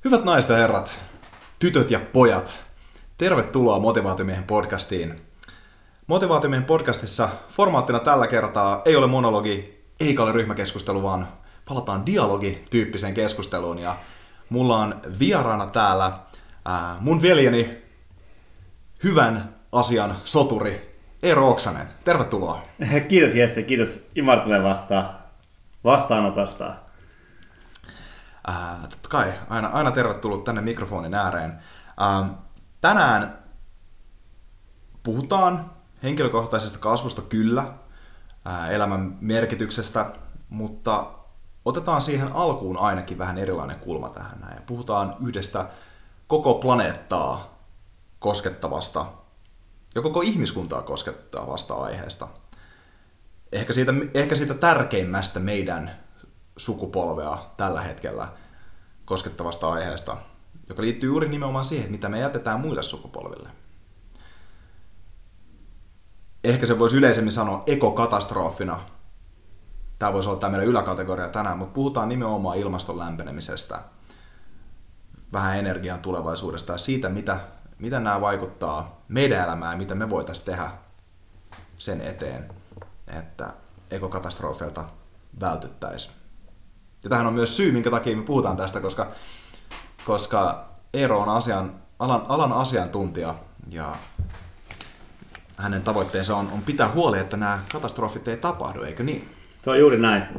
Hyvät naiset ja herrat, tytöt ja pojat, tervetuloa Motivaatiomiehen podcastiin. Motivaatiomiehen podcastissa formaattina tällä kertaa ei ole monologi eikä ole ryhmäkeskustelu, vaan palataan dialogi-tyyppiseen keskusteluun. Ja mulla on vieraana täällä mun veljeni hyvän asian soturi Eero Oksanen. Tervetuloa. Kiitos Jesse, kiitos Imartille vastaanotosta. Totta kai, aina tervetullut tänne mikrofonin ääreen. Tänään puhutaan henkilökohtaisesta kasvusta kyllä, elämän merkityksestä, mutta otetaan siihen alkuun ainakin vähän erilainen kulma tähän näin. Puhutaan yhdestä koko planeettaa koskettavasta ja koko ihmiskuntaa koskettavasta aiheesta. Ehkä siitä tärkeimmästä meidän sukupolvea tällä hetkellä koskettavasta aiheesta, joka liittyy juuri nimenomaan siihen, mitä me jätetään muille sukupolville. Ehkä se voisi yleisemmin sanoa ekokatastrofina. Tämä voisi olla tämä meidän yläkategoria tänään, mutta puhutaan nimenomaan ilmaston lämpenemisestä, vähän energian tulevaisuudesta ja siitä, mitä nämä vaikuttaa meidän elämään ja mitä me voitaisiin tehdä sen eteen, että ekokatastrofeilta vältyttäisiin. Ja tähän on myös syy, minkä takia me puhutaan tästä, koska Eero on alan asiantuntija ja hänen tavoitteensa on pitää huoli, että nämä katastrofit ei tapahdu, eikö niin? Se on juuri näin.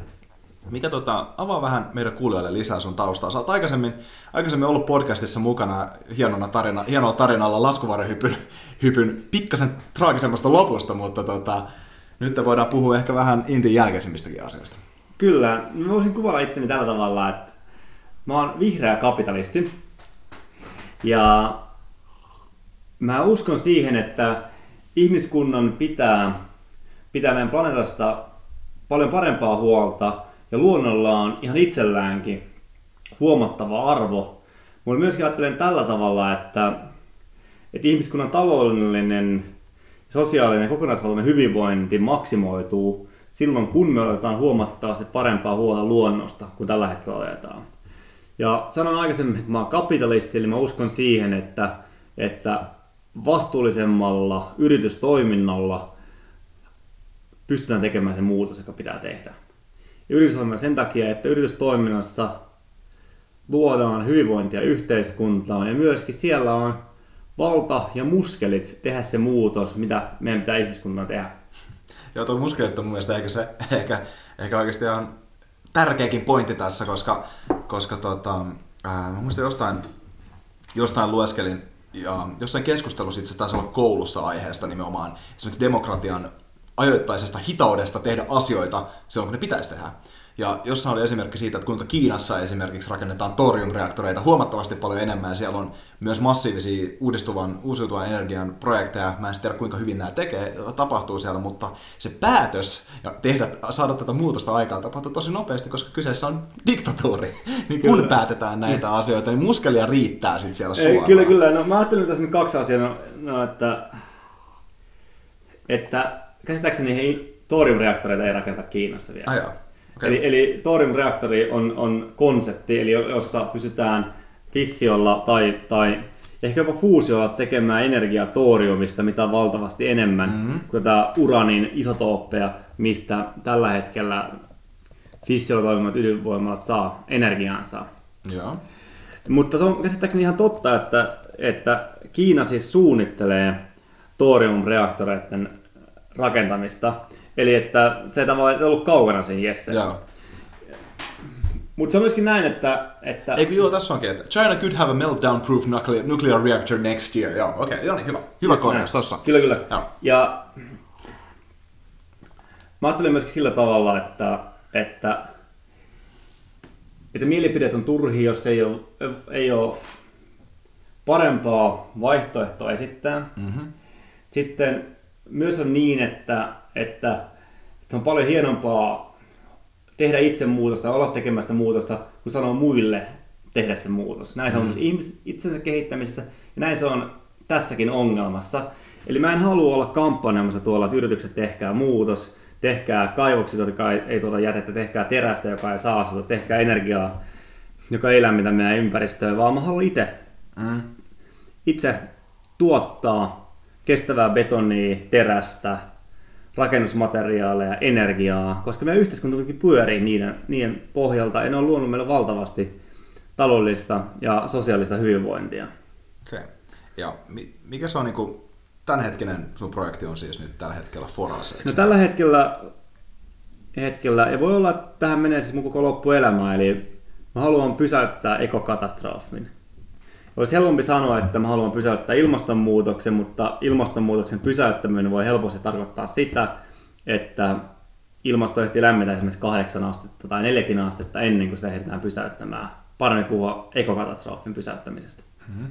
Avaa vähän meidän kuulijoille lisää sun taustaa. Sä oot aikaisemmin ollut podcastissa mukana hienolla tarinalla laskuvarjohypyn pikkasen traagisemmasta lopusta, mutta nyt voidaan puhua ehkä vähän intin jälkeisimmistäkin asioista. Kyllä, mä voisin kuvailla itteni tällä tavalla, että mä oon vihreä kapitalisti ja mä uskon siihen, että ihmiskunnan pitää meidän planeetasta paljon parempaa huolta ja luonnolla on ihan itselläänkin huomattava arvo. Mutta myöskin ajattelen tällä tavalla, että ihmiskunnan taloudellinen, sosiaalinen ja kokonaisvaltainen hyvinvointi maksimoituu silloin, kun me otetaan huomattavasti parempaa huolta luonnosta kuin tällä hetkellä otetaan. Ja sanoin aikaisemmin, että mä oon kapitalisti, eli mä uskon siihen, että vastuullisemmalla yritystoiminnalla pystytään tekemään se muutos, joka pitää tehdä. Ja yritystoiminnalla sen takia, että yritystoiminnassa luodaan hyvinvointia yhteiskuntaan ja myöskin siellä on valta ja muskelit tehdä se muutos, mitä meidän pitää ihmiskunnan tehdä. Joo, tuo muskelit on mun mielestä ehkä oikeasti on tärkeäkin pointti tässä, koska mä muistan jostain lueskelin ja jossain keskustelussa itse taisi olla koulussa aiheesta nimenomaan esimerkiksi demokratian ajoittaisesta hitaudesta tehdä asioita silloin, kun ne pitäisi tehdä. Ja jossain oli esimerkki siitä, että kuinka Kiinassa esimerkiksi rakennetaan thorium-reaktoreita huomattavasti paljon enemmän, ja siellä on myös massiivisia uusiutuvan energian projekteja. Mä en tiedä, kuinka hyvin nämä tapahtuu siellä, mutta se päätös ja saada tätä muutosta aikaan tapahtuu tosi nopeasti, koska kyseessä on diktatuuri. Niin kun päätetään näitä asioita, niin muskelia riittää sitten siellä suoraan. Kyllä. No, mä ajattelin tässä nyt kaksi asiaa, että käsittääkseni thorium-reaktoreita ei rakenneta Kiinassa vielä. Okay. Eli thorium-reaktori on konsepti, eli jossa pystytään fissiolla tai ehkä jopa fuusiolla tekemään energiaa thoriumista, mitä on valtavasti enemmän kuin tätä uranin isotooppeja, mistä tällä hetkellä fissiolla toimivat ydinvoimalat saa energiaansa. Joo. Mutta se on käsittääkseni ihan totta, että Kiina siis suunnittelee thorium-reaktoreiden rakentamista. Eli että se tavallaan ei ollut kaukana sen Jesse. Mutta se on myöskin näin, että... Eikö joo, tässä onkin, että China could have a meltdown-proof nuclear reactor next year. Joo, okei, niin hyvä. Hyvä korjaus tossa. Kyllä. Ja mä ajattelin myöskin sillä tavalla, että mielipideet on turhia, jos ei ole parempaa vaihtoehtoa esittää. Mm-hmm. Sitten myös on niin, että on paljon hienompaa tehdä itse muutosta, olla tekemästä muutosta, kun sanoo muille tehdä se muutos. Näin se on myös itsensä kehittämisessä ja näin se on tässäkin ongelmassa. Eli mä en halua olla kampanjamassa tuolla, että yritykset tehkää muutos, tehkää kaivokset, jotka ei tuota jätettä, tehkää terästä, joka ei saastuta, tehkää energiaa joka ei lämmitä meidän ympäristöä, vaan mä haluan itse tuottaa kestävää betonia, terästä, rakennusmateriaaleja, energiaa, koska meidän yhteiskunta pyörii niiden pohjalta ja ne on luonut meille valtavasti taloudellista ja sosiaalista hyvinvointia. Okei. Ja mikä se on niinku tämänhetkinen sun projekti on siis nyt tällä hetkellä Forassa? No tällä hetkellä, ja voi olla, että tähän menee siis mun koko loppuelämä, eli mä haluan pysäyttää ekokatastrofin. Olisi helpompi sanoa, että mä haluan pysäyttää ilmastonmuutoksen, mutta ilmastonmuutoksen pysäyttäminen voi helposti tarkoittaa sitä, että ilmasto ehtii lämmetä esimerkiksi 8 astetta tai 4 astetta ennen kuin sitä ehditään pysäyttämään. Paremmin puhua ekokatastrofin pysäyttämisestä.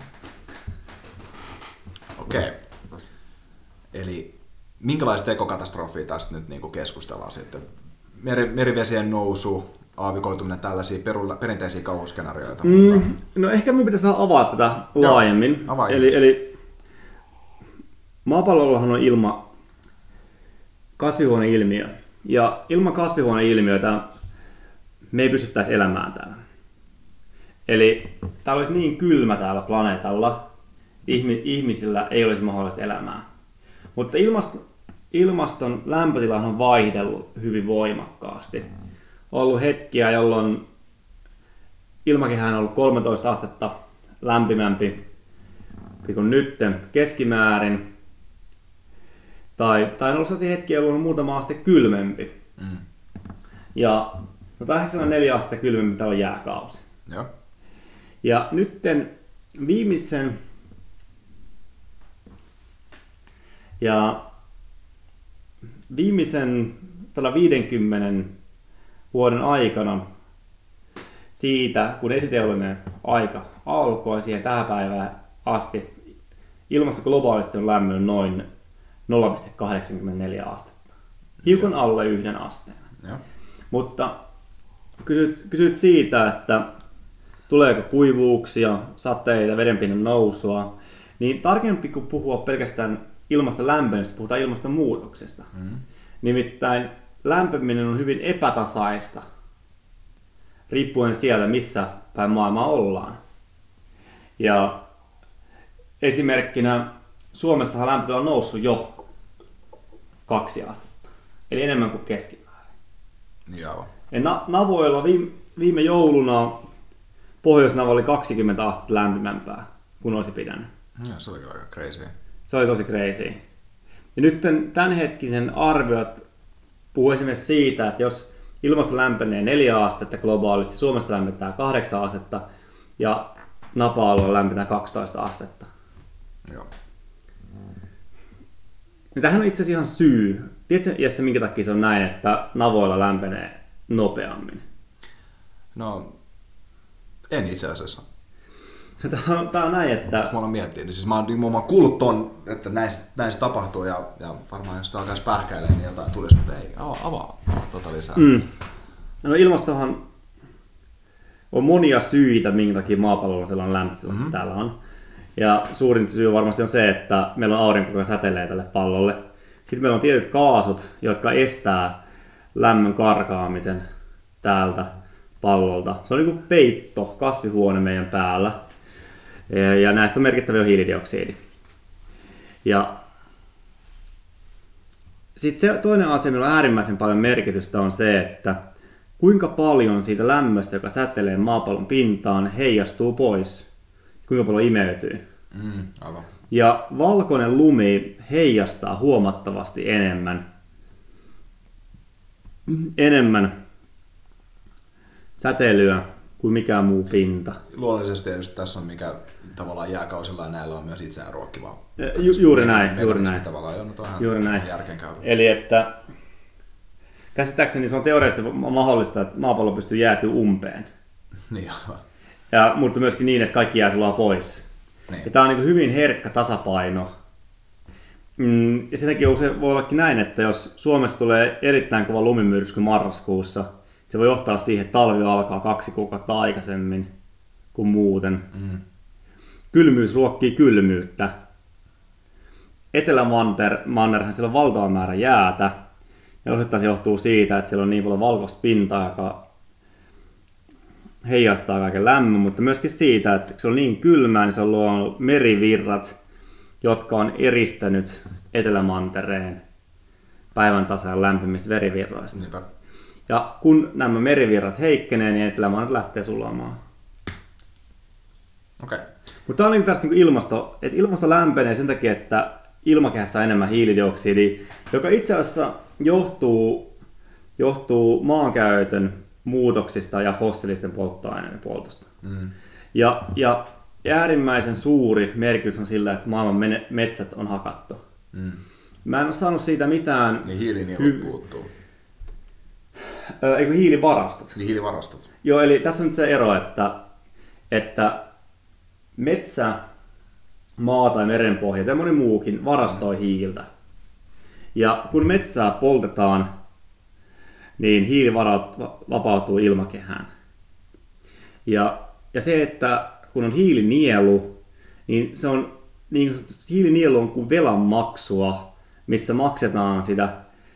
Okei. Eli minkälaista ekokatastrofia tästä nyt niin kuin keskustellaan sitten? Merivesien nousu, aavikoituminen, tällaisia perinteisiä kauhuskenaarioita. No ehkä minun pitäisi vähän avata tätä laajemmin. Eli maapallollahan on ilma kasvihuoneilmiö. Ja ilman kasvihuoneilmiötä me ei pystyttäisi elämään täällä. Eli täällä olisi niin kylmä täällä planeetalla, ihmisillä ei olisi mahdollista elämää. Mutta ilmaston lämpötila on vaihdellut hyvin voimakkaasti. On ollut hetkiä, jolloin ilmakehä on ollut 13 astetta lämpimämpi kuin nyt keskimäärin. Tai on ollut sellaisia hetkiä, jolloin on muutama aste kylmempi. Ja 84 astetta kylmempi täällä on jääkausi. Joo. Ja nytten viimeisen 150 vuoden aikana siitä, kun esiteollinen aika alkoi siihen tähän päivään asti, ilmasto globaalisti on lämmönyt noin 0,84 astetta. Hiukan alle 1 asteen. Joo. Mutta kysyt siitä, että tuleeko kuivuuksia, sateita, vedenpinnan nousua, niin tarkempi kuin puhua pelkästään ilmaston lämpenemistä, puhutaan ilmastonmuutoksesta. Nimittäin lämpiminen on hyvin epätasaista, riippuen sieltä, missä päin maailmaa ollaan. Ja esimerkkinä Suomessahan lämpötila on noussut jo 2 astetta, eli enemmän kuin keskimäärin. Joo. Ja Navoilla viime jouluna Pohjois-Navo oli 20 astetta lämpimämpää kuin olisi pitänyt. Ja, se oli aika crazy. Se oli tosi crazy. Ja nyt tämänhetkisen arviot puhuu esimerkiksi siitä, että jos ilmasto lämpenee 4 astetta globaalisti, Suomessa lämmetään 8 astetta ja Napa-alueella lämpenee 12 astetta. Joo. Ja tähän on itse asiassa ihan syy. Tiedätkö, Jesse, minkä takia se on näin, että Navoilla lämpenee nopeammin? No, en itse asiassa. Tämä on näin, että... Mä oon miettinyt, niin siis mä oon kuullut ton, että näin tapahtuu ja varmaan jos sitä alkaisi pähkäilemään, niin jotain tulisi, mutta ei avaa lisää. No ilmastohan on monia syitä, minkä takia maapallolla sellainen lämpötila täällä on. Ja suurin syy varmasti on se, että meillä on aurinko, joka säteilee tälle pallolle. Sitten meillä on tietyt kaasut, jotka estää lämmön karkaamisen täältä pallolta. Se on niin kuin peitto, kasvihuone meidän päällä. Ja näistä on merkittäviä hiilidioksidi. Ja sitten se toinen asia, millä on äärimmäisen paljon merkitystä, on se, että kuinka paljon siitä lämmöstä, joka säteilee maapallon pintaan, heijastuu pois. Kuinka paljon imeytyy. Aivan. Ja valkoinen lumi heijastaa huomattavasti enemmän säteilyä kuin mikään muu pinta. Luonnollisesti just tässä on mikä tavallaan jääkausilla ja näillä on myös itseään ruokkivaa. Juuri näin. Juuri näin. Järkeenkäyvä. Eli että käsittääkseni se on teoreettisesti mahdollista, että maapallo pystyy jäätyä umpeen. Niin, mutta myöskin niin, että kaikki jää sulaa pois. Niin. Ja tämä on niin hyvin herkkä tasapaino. Ja sen takia se voi ollakin näin, että jos Suomessa tulee erittäin kova lumimyrsky marraskuussa, se voi johtaa siihen, että talvi alkaa 2 kuukautta aikaisemmin kuin muuten. Kylmyys ruokkii kylmyyttä. Etelämannerhan siellä on valtava määrä jäätä. Ja osittain se johtuu siitä, että siellä on niin paljon valkoista pintaa, joka heijastaa kaiken lämmön, mutta myöskin siitä, että kun se on niin kylmää, niin se on luonut merivirrat, jotka on eristänyt Etelämantereen päivän tasan lämpimistä verivirroista. Niinpä. Ja kun nämä merivirrat heikkenee, niin Etelämantere lähtee sulamaan. Okei. Mutta tämä on niin tästä niin ilmasto lämpenee sen takia, että ilmakehässä on enemmän hiilidioksidia, joka itse asiassa johtuu maankäytön muutoksista ja fossiilisten polttoaineiden poltosta. Ja äärimmäisen suuri merkitys on sillä, että maailman metsät on hakattu. Mä en ole saanut siitä mitään... Niin hiilinielut puuttuu. Eikö hiilivarastot? Niin hiilivarastot. Joo, eli tässä on nyt se ero, että metsä, maa tai merenpohja tai moni muukin varastoi hiiltä. Ja kun metsää poltetaan, niin hiilivarat vapautuu ilmakehään. Ja se, että kun on hiilinielu, niin se on niin hiilinielu on kuin velanmaksua, missä maksetaan sitä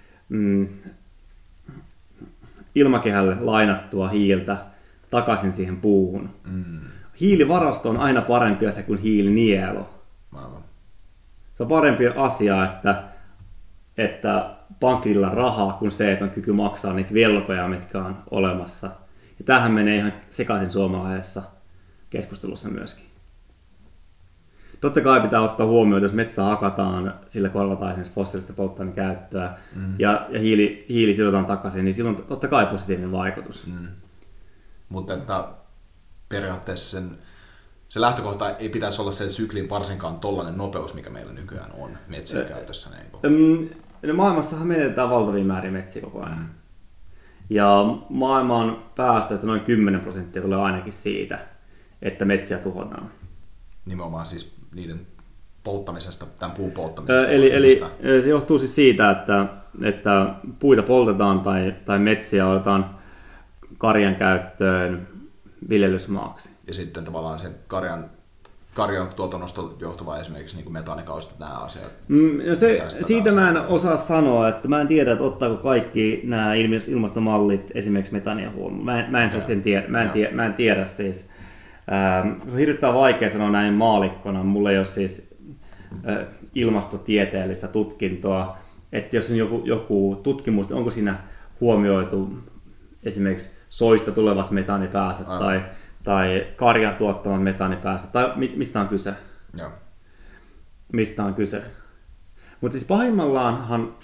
ilmakehälle lainattua hiiltä takaisin siihen puuhun. Hiilivarasto on aina parempi asia kuin hiilinielu. Aivan. Se on parempi asia, että pankilla rahaa kuin se, että on kyky maksaa niitä velkoja, mitkä on olemassa. Ja tämähän menee ihan sekaisin suomalaisessa keskustelussa myöskin. Totta kai pitää ottaa huomioon, että jos metsää hakataan, sillä korvataan esimerkiksi fossiilista polttoaineen käyttöä ja hiili sidotaan takaisin, niin silloin totta kai positiivinen vaikutus. Mutta että periaatteessa se lähtökohta ei pitäisi olla se syklin varsinkaan tollainen nopeus, mikä meillä nykyään on metsien käytössä. No maailmassahan menetetään valtavia määriä metsiä koko ajan. Ja maailman päästöistä noin 10% tulee ainakin siitä, että metsiä tuhotaan. Nimenomaan siis niiden polttamisesta, tämän puun polttamisesta. Eli se johtuu siis siitä, että puita poltetaan tai metsiä otetaan karjan käyttöön viljelysmaaksi. Ja sitten tavallaan se karjan tuotannosta johtuva esimerkiksi niin kuin metaanikausta nämä asiat. Siitä mä en osaa sanoa, että mä en tiedä, että ottaako kaikki nämä ilmastomallit esimerkiksi metaania huomioon. Mä en tiedä siis. Se on hirvittävän vaikea sanoa näin maalikkona. Mulla ei ole siis ilmastotieteellistä tutkintoa, että jos on joku tutkimus, onko siinä huomioitu esimerkiksi soista tulevat metaanipäästöt tai karjan tuottamat metaanipäästöt, tai mistä on kyse? Joo. Mistä on kyse? Mutta siis pahimmallaanhan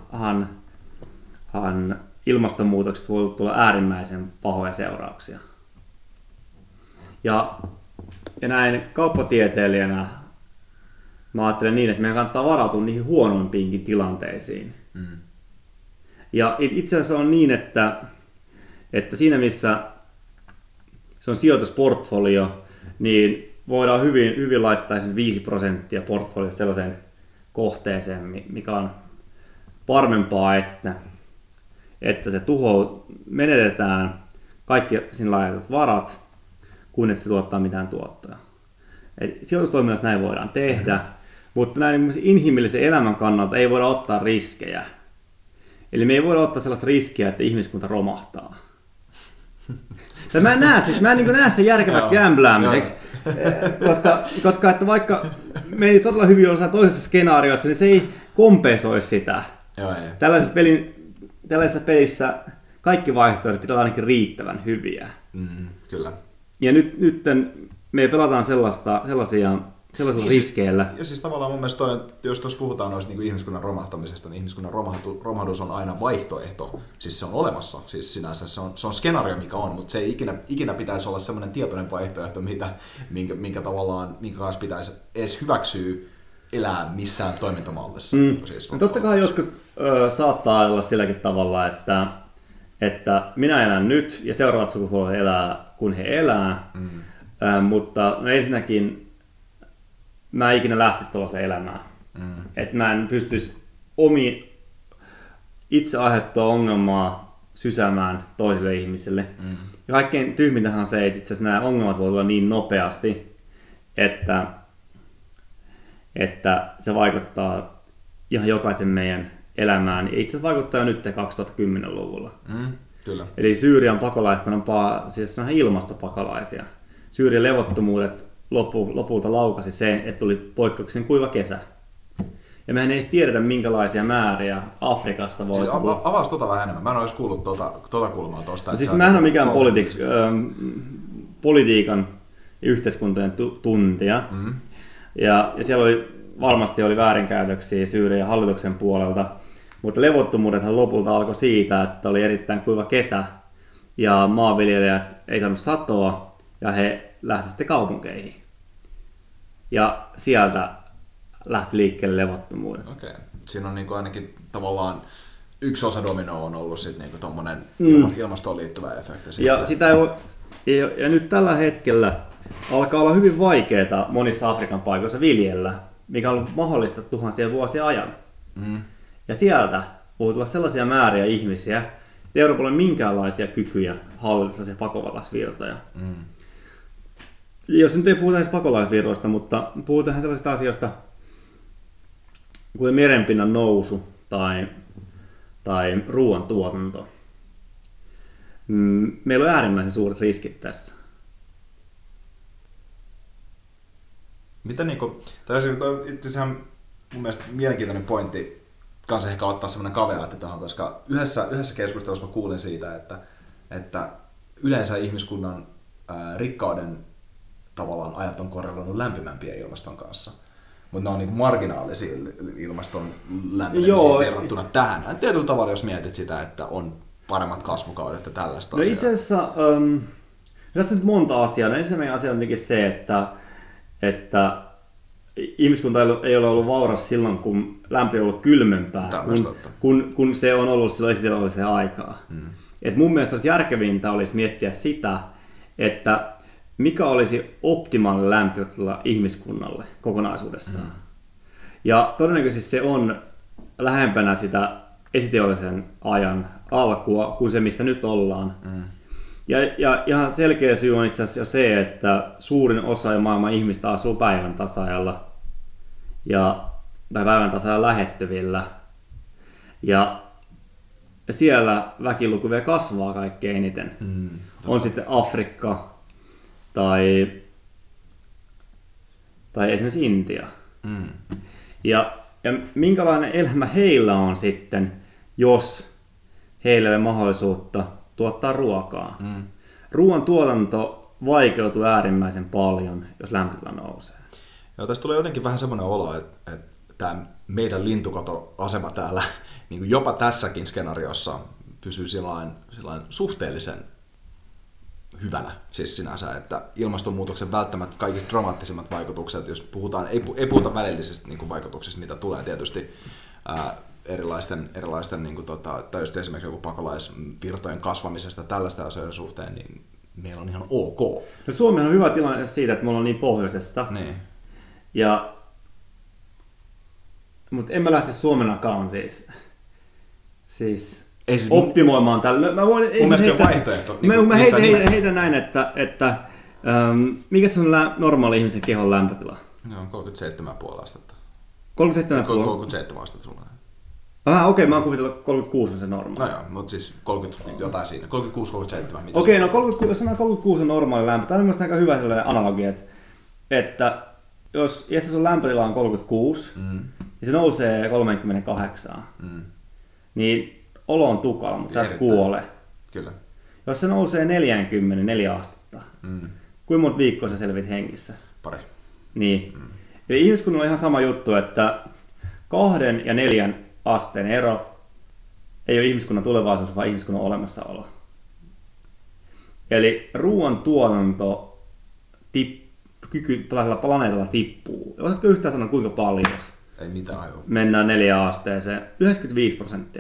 ilmastonmuutoksesta voi tulla äärimmäisen pahoja seurauksia. Ja näin kauppatieteilijänä mä ajattelen niin, että meidän kannattaa varautua niihin huonoimpiinkin tilanteisiin. Ja itse asiassa on niin, että siinä missä se on sijoitusportfolio, niin voidaan hyvin laittaa 5% portfoliosta sellaiseen kohteeseen, mikä on varmempaa, että se menetetään kaikki siinä laitetut varat, kuin että se tuottaa mitään tuottoja. Sijoitustoiminnassa näin voidaan tehdä, mutta näin inhimillisen elämän kannalta ei voida ottaa riskejä. Eli me ei voida ottaa sellaista riskiä, että ihmiskunta romahtaa. Mä en näe sitä järkevää gamblaamiseksi, koska että vaikka me ei todella hyvin olla toisessa skenaariossa, niin se ei kompensoi sitä. Tällaisessa pelissä kaikki vaihtoehdot pitää olla ainakin riittävän hyviä. Kyllä. Ja nyt me pelataan sellaisilla riskeillä. Ja siis tavallaan mun mielestä jos tuossa puhutaan noista niin ihmiskunnan romahtamisesta, niin ihmiskunnan romahdus on aina vaihtoehto. Siis se on olemassa. Siis sinänsä se on skenaario, mikä on, mutta se ei ikinä pitäisi olla semmoinen tietoinen vaihtoehto, minkä kanssa pitäisi edes hyväksyä elää missään toimintamallissa. Siis no totta kai jotkut saattaa ajatella silläkin tavalla, että minä elän nyt ja seuraavat sukupolvet elää, kun he elää. Mutta no ensinnäkin mä en ikinä lähtisi tuollaiseen elämään. Että mä en pystyisi itse aiheuttaa ongelmaa sysäämään toisille ihmisille. Ja kaikkein tyhmintähän on se, että itse asiassa nämä ongelmat voi olla niin nopeasti, että se vaikuttaa ihan jokaisen meidän elämään. Ja itse asiassa vaikuttaa jo nyt 2010-luvulla. Kyllä. Eli Syyrian pakolaiset on siis ilmastopakolaisia. Syyrian levottomuudet lopulta laukasi se, että tuli poikkeuksellisen kuiva kesä. Ja mehän ei edes tiedetä, minkälaisia määriä Afrikasta voi... Siis avaisi vähän enemmän. Mä en olisi kuullut tuota kulmaa tuosta. No siis mähän on mikään politiikan ja yhteiskuntojen tuntija. Mm-hmm. Ja siellä varmasti oli väärinkäytöksiä Syyrian hallituksen puolelta. Mutta levottomuudethan lopulta alkoi siitä, että oli erittäin kuiva kesä. Ja maanviljelijät ei saanut satoa ja he lähtivät sitten kaupunkeihin. Ja sieltä lähti liikkeelle levottomuudet. Okei. Siinä on niin kuin ainakin tavallaan yksi osa dominoa on ollut sitten niin tommonen ilmastoon liittyvä efekti. Ja nyt tällä hetkellä alkaa olla hyvin vaikeaa monissa Afrikan paikoissa viljellä, mikä on ollut mahdollista tuhansia vuosia ajan. Mm. Ja sieltä voi tulla sellaisia määriä ihmisiä, että Euroopalla ei ole minkäänlaisia kykyjä hallita sellaisia pakolaisvirtoja. Mm. Jos nyt ei puhuta edes pakolaisvirroista, mutta puhutaan sellaisista asioista, kuten merenpinnan nousu tai ruoantuotanto. Meillä on äärimmäisen suuret riskit tässä. Mitä niinku, tai itse asiassa mun mielestä mielenkiintoinen pointti, kanssa ehkä ottaa semmoinen kaveaatti tähän, koska yhdessä keskustelussa mä kuulin siitä, että yleensä ihmiskunnan rikkauden tavallaan ajat on korreloinut lämpimämpien ilmaston kanssa. Mutta ne on niin marginaalisia ilmaston lämpenemisiin verrattuna tähän. Tietyllä tavalla, jos mietit sitä, että on paremmat kasvukaudet ja tällaista asiaa. Itse asiassa, tässä on nyt monta asiaa. Ensimmäinen asia on tietenkin se, että ihmiskunta ei ole ollut vauras silloin, kun lämpö on ollut kylmempää, kun se on ollut silloin esiteolliseen aikaa. Et mun mielestä olisi järkevintä olisi miettiä sitä, että mikä olisi optimaalinen lämpötila ihmiskunnalle kokonaisuudessaan. Ja todennäköisesti se on lähempänä sitä esiteollisen ajan alkua kuin se, missä nyt ollaan. Ja ihan selkeä syy on itse asiassa se, että suurin osa maailman ihmistä asuu päivän tasajalla tai päivän tasajalla lähettyvillä. Ja siellä väkiluku vielä kasvaa kaikkein eniten. On sitten Afrikka tai esimerkiksi Intia. Ja minkälainen elämä heillä on sitten, jos heillä ei ole mahdollisuutta tuottaa ruokaa. Ruoan tuotanto vaikeutuu äärimmäisen paljon, jos lämpötila nousee. Joo, tästä tulee jotenkin vähän semmoinen olo, että tämä meidän lintukotoasema täällä niin kuin jopa tässäkin skenaariossa pysyy sillain suhteellisen hyvänä siis sinänsä, että ilmastonmuutoksen välttämättä kaikista dramaattisimmat vaikutukset, jos puhutaan, ei puhuta välillisistä niin kuin vaikutuksista, mitä tulee tietysti erilaisten niin kuin, tai just esimerkiksi joku pakolaisvirtojen kasvamisesta tällaista asioiden suhteen, niin meillä on ihan ok. No Suomi on hyvä tilanne siitä, että me ollaan niin pohjoisesta. Niin. Mutta en mä lähtisi Suomenakaan siis optimoimaan tällä. Mun mielestä se on vaihtoehto. Mä heitän näin, että mikä se on normaali ihmisen kehon lämpötila? No, 37,5 astetta. 37,5? astetta sulla. Okei, mä oon kuvitellut 36 on se normaali. No joo, mutta siis 30 jotain siinä. 36-37. Okei, no 36 on normaali lämpö. Tämä on mielestäni aika hyvä sellainen analogia, että jos sun lämpötila on 36 ja se nousee 38, niin olo on tukala, mutta sä et kuole. Kyllä. Jos se nousee 44 astetta, kuinka monta viikkoa sä selvit hengissä? Pari. Niin. Eli ihmiskunnalla on ihan sama juttu, että 2 ja 4 asteen ero ei ole ihmiskunnan tulevaisuus, vaan ihmiskunnan olemassaolo. Eli ruoan tuotanto kyky tällaisella planeetalla tippuu. Osaatko yhtään sanoa kuinka paljon? Ei mitään aivan. Mennään 4 asteeseen. 95%.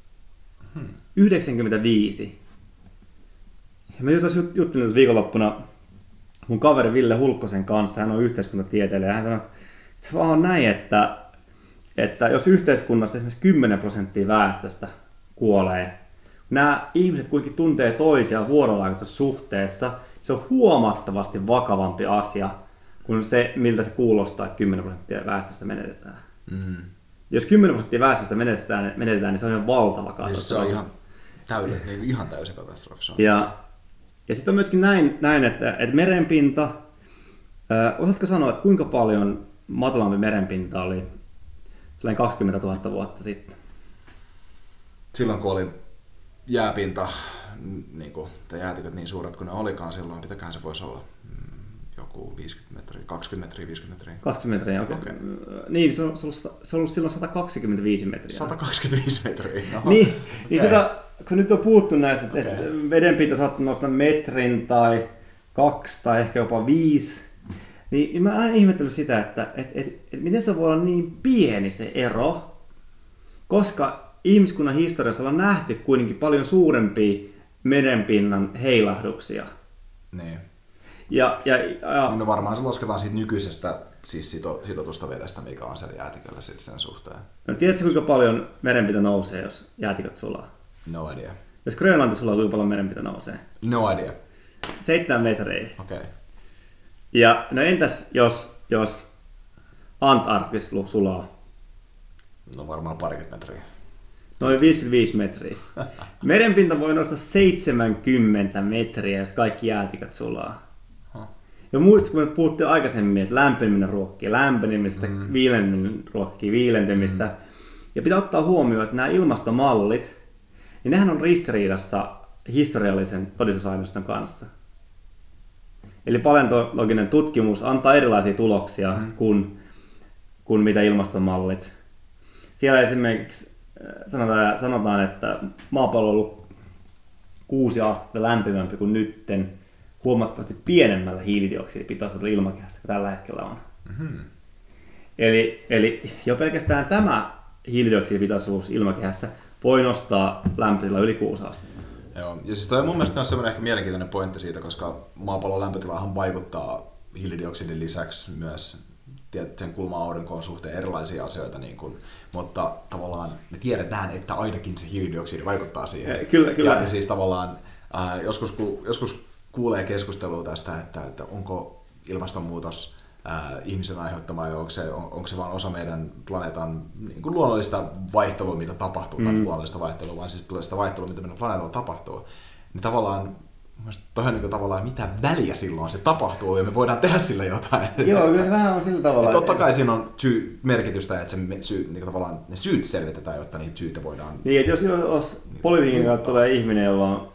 95%. Ja mä just juttelin viikonloppuna mun kaveri Ville Hulkkosen kanssa, hän on yhteiskuntatieteilijä, ja hän sanoi, että se vaan on näin, että jos yhteiskunnasta esimerkiksi 10% väestöstä kuolee, nämä ihmiset kuitenkin tuntee toisia vuorovaikutussuhteessa, se on huomattavasti vakavampi asia kuin se, miltä se kuulostaa, että 10% väestöstä menetetään. Jos 10% väestöstä menetetään, niin se on ihan valtava katastrofi. Niin ihan täysin katastrofi. Ja sitten on myöskin näin että merenpinta, osaatko sanoa, että kuinka paljon matalampi merenpinta oli sellainen 20 000 vuotta sitten? Silloin kun oli jääpinta, niin kuin, tai jäätiköt niin suuret kuin ne olikaan silloin, mitäköhän se voisi olla? Joku 50 metriä, 20 metriä, 50 metriä. 20 metriä, okei. Okay. Niin, se on ollut silloin 125 metriä. 125 metriä, Niin sitä, kun nyt on puhuttu näistä, että vedenpinta saattaa nostaa metrin tai 2 tai ehkä jopa 5, niin mä aina ihmettänyt sitä, että miten se voi olla niin pieni se ero, koska ihmiskunnan historiassa on nähty kuitenkin paljon suurempia merenpinnan heilahduksia. Niin. No varmaan se lasketaan siitä nykyisestä siis sidotusta vedestä, mikä on siellä jäätiköllä sen suhteen. No, tiedätkö, kuinka paljon merenpinta nousee, jos jäätiköt sulaa? No idea. Jos Grönlanti sulaa, kuinka paljon merenpinta nousee? No idea. 7 metriä. Okei. Okay. Ja no entäs jos Antarktis sulaa? No varmaan parikymmentä metriä. Noin 55 metriä. Merenpinta voi nostaa 70 metriä, jos kaikki jäätiköt sulaa. Ja muistat, kun me puhuttiin aikaisemmin, että lämpeneminen ruokkii lämpenemistä, viileneminen ruokkii viilentymistä. Ja pitää ottaa huomioon, että nämä ilmastomallit, niin nehän on ristiriidassa historiallisen todistusaineiston kanssa. Eli paleontologinen tutkimus antaa erilaisia tuloksia kuin mitä ilmastomallit. Siellä esimerkiksi sanotaan, että maapallo on ollut 6 astetta lämpimämpi kuin nytten huomattavasti pienemmällä hiilidioksidipitoisuudella ilmakehässä kuin tällä hetkellä on. Mm-hmm. Eli jo pelkästään tämä hiilidioksidipitoisuus ilmakehässä voi nostaa lämpötila yli 6 astetta. Joo, ja siis toi mun mielestä on semmoinen ehkä mielenkiintoinen pointti siitä, koska maapallon lämpötilahan vaikuttaa hiilidioksidin lisäksi myös sen kulma-aurinkoon suhteen erilaisia asioita, niin kuin, mutta tavallaan me tiedetään, että ainakin se hiilidioksidi vaikuttaa siihen. Kyllä. Ja siis tavallaan joskus kuulee keskustelua tästä, että onko ilmastonmuutos ihmisen aiheuttama ja onko se vain osa meidän planeetan niin kuin luonnollista vaihtelua, mitä tapahtuu, tai luonnollista vaihtelua, vaan siis sitä vaihtelua, mitä meidän planeetalla tapahtuu. Niin tavallaan toihan niin tavallaan mitä väliä silloin se tapahtuu ja me voidaan tehdä sille jotain. Joo, kyllä se vähän on sillä tavalla. Totta kai siinä on merkitystä, että niin tavallaan ne syyt selvitetään, jotta niitä syitä voidaan... Niin, että jos politiikan tulee ihminen,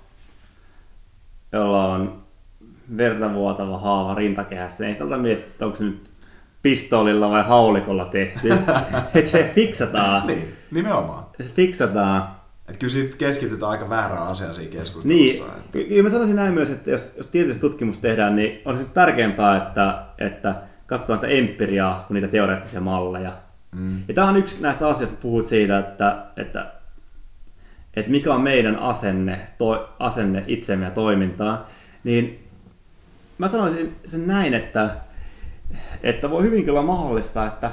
jolla on verta vuotava haava rintakehässä, niin ei sitä miettiä, onko se nyt pistoolilla vai haulikolla tehty. Että se fiksataan. Niin, nimenomaan. Se fiksataan. Että kyllä keskitytään aika väärään asiaan siinä keskustelussa. Niin, kyllä mä sanoisin näin myös, että jos tieteellistä tutkimusta tehdään, niin on se tärkeämpää, että katsotaan sitä empiriaa kuin niitä teoreettisia malleja. Ja tämä on yksi näistä asioista, kun puhut siitä, että mikä on meidän asenne itseemme ja toimintaan, niin mä sanoisin sen näin, että voi hyvinkin olla mahdollista, että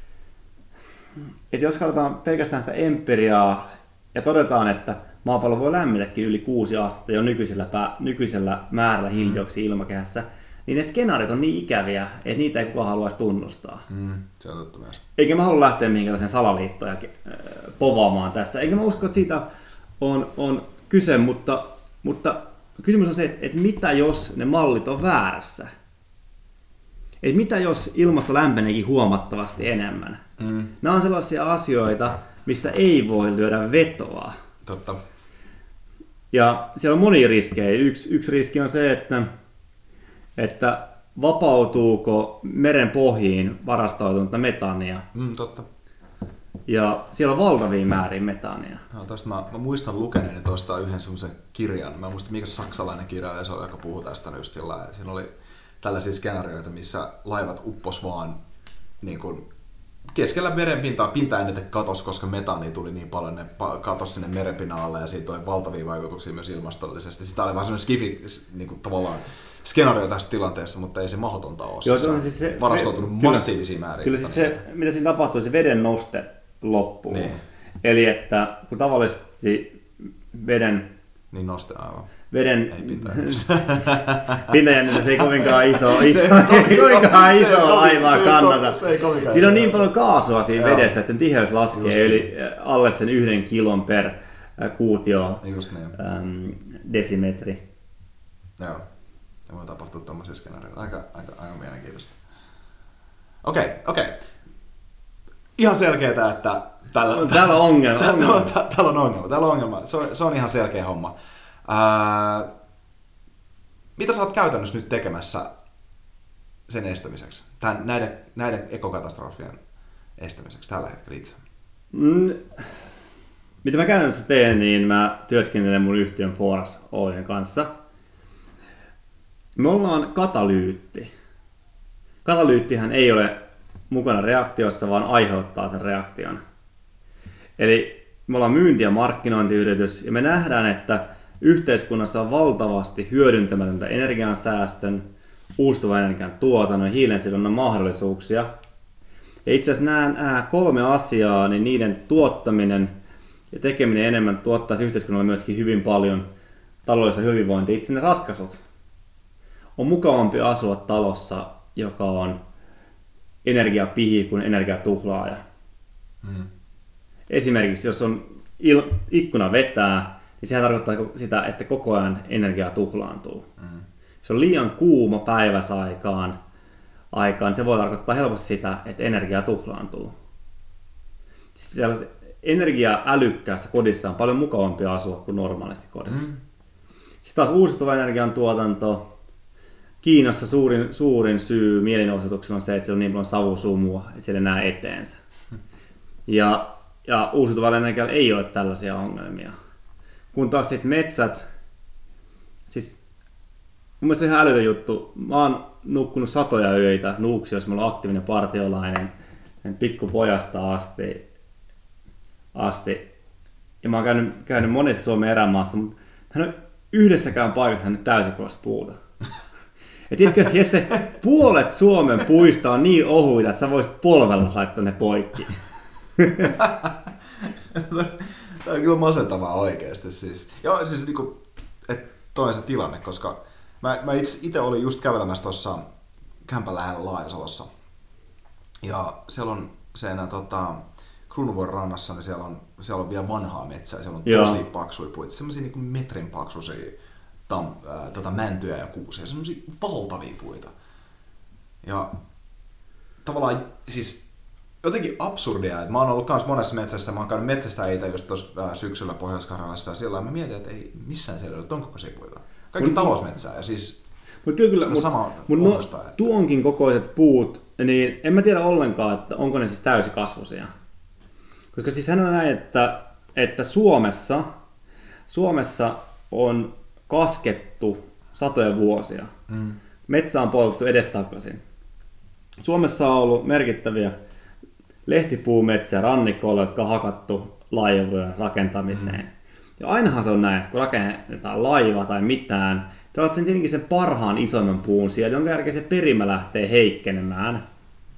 jos katsotaan pelkästään sitä empiriaa ja todetaan, että maapallo voi lämmitäkin yli 6 astetta jo nykyisellä määrällä hiilidioksidia ilmakehässä, niin ne skenaariot on niin ikäviä, että niitä ei kukaan haluaisi tunnustaa. Se on totta myös. Eikä mä halua lähteä minkälaisen salaliittoja povaamaan tässä. Eikä mä usko, että siitä on kyse, mutta kysymys on se, että mitä jos ne mallit on väärässä? Että mitä jos ilmasto lämpeneekin huomattavasti enemmän? Nämä on sellaisia asioita, missä ei voi lyödä vetoa. Totta. Ja siellä on monia riskejä. Yksi riski on se, että vapautuuko meren pohjiin varastoitunutta metaania. Totta. Ja siellä on valtavia määriä metaania. No, mä muistan lukeneeni tuosta yhden semmoisen kirjan. Mä muistan, mikä saksalainen kirjailija se oli, joka puhui tästä just sillä. Siinä oli tällaisia skenaarioita, missä laivat uppos vaan niin kuin keskellä merenpintaa, pintaäänete katosi, koska metaania tuli niin paljon, ne katosi sinne merenpinnan alle ja siitä oli valtavia vaikutuksia myös ilmastollisesti. Sitä oli vähän semmoinen skifi niin kuin tavallaan skenaario tässä tilanteessa, mutta ei se mahdotonta ole. Joo, se on siis se varastoutunut massiivisia määriä. Kyllä siis se, mitä siinä tapahtuu, se veden noste loppuu. Niin. Eli että kun tavallisesti veden... Niin noste aivan. Veden... Ei pintajännitys. Pintajännitys ei kovinkaan iso laivaa kannata. Siinä on niin paljon kaasua siinä vedessä, että sen tiheys laskee eli alle sen 1 kilon per kuutio Just niin. desimetri. Joo. Ja voi tapahtua tommosia skenaarioita. Aika mielenkiintoista. Okei. Ihan selkeetä, että Täällä on ongelma. Täällä on ongelma. Se on ihan selkeä homma. Mitä sä oot käytännössä nyt tekemässä sen estämiseksi? Näiden ekokatastrofien estämiseksi tällä hetkellä itse? Mitä mä käytännössä teen, niin mä työskentelen mun yhtiön Foras Oyn kanssa. Me ollaan katalyytti. Katalyyttihän ei ole mukana reaktiossa, vaan aiheuttaa sen reaktion. Eli me ollaan myynti- ja markkinointiyritys, ja me nähdään, että yhteiskunnassa on valtavasti hyödyntämätöntä energiansäästön, uusiutuvan energian tuotannon ja hiilensidonnan mahdollisuuksia. Ja itse asiassa nämä 3 asiaa, niin niiden tuottaminen ja tekeminen enemmän tuottaisi yhteiskunnalle myöskin hyvin paljon taloudellista hyvinvointia. Itse ne ratkaisut. On mukavampi asua talossa, joka on energiapihi kuin energiatuhlaaja. Esimerkiksi jos on ikkuna vetää, niin sehän tarkoittaa sitä, että koko ajan energia tuhlaantuu. Se on liian kuuma päiväsaikaan, niin se voi tarkoittaa helposti sitä, että energia tuhlaantuu. Sellaista energia-älykkäässä kodissa on paljon mukavampi asua kuin normaalisti kodissa. Sitten taas uusiutuva energian tuotanto. Kiinassa suurin syy mielenosoituksena on se, että siellä on niin paljon savusumua, että siellä ei näe eteensä. Ja uusiutuvalla energialla ei ole tällaisia ongelmia. Kun taas sitten metsät, siis mun mielestä se ihan älytön juttu. Mä oon nukkunut satoja öitä Nuuksiossa, mä oon aktiivinen partiolainen pikkupojasta asti. Ja mä oon käynyt monessa Suomen erämaassa, mutta hän on yhdessäkään paikassa nyt täysipuolista puuta. Ja tiedätkö, jos se puolet Suomen puista on niin ohuita, että sä voisit polvella laittaa ne poikki. Tämä on kyllä masentavaa oikeasti. Siis. Joo, siis niinku, että toi on se tilanne, koska mä itse olin just kävelemässä tuossa kämpän lähellä Laajasalossa. Ja siellä on se enää Kruunuvuoren rannassa, niin siellä on vielä vanhaa metsää. Siellä on tosi paksuja puita, semmosia niinku metrin paksuisia mäntyjä ja kuusia, semmosia valtavia puita. Ja tavallaan siis jotenkin absurdia, että mä oon ollut kans monessa metsässä, mä oon käynyt metsästäjitä just tuossa syksyllä Pohjois-Karjalassa ja siellä mä mietin, että ei missään siellä ole ton kokoisia puita. Kaikki talousmetsää ja siis sitä samaa onnistaa. Tuonkin kokoiset puut, niin en mä tiedä ollenkaan, että onko ne siis täysikasvuisia. Koska siis hän on näin, että Suomessa on kaskettu satoja vuosia. Metsä on poltettu edestakaisin. Suomessa on ollut merkittäviä lehtipuumetsiä rannikoilla, jotka on hakattu laivojen rakentamiseen. Ja ainahan se on näin, että kun rakennetaan laiva tai mitään, te otat sen tietenkin sen parhaan isoimman puun siellä, jonka jälkeen se perimä lähtee heikkenemään.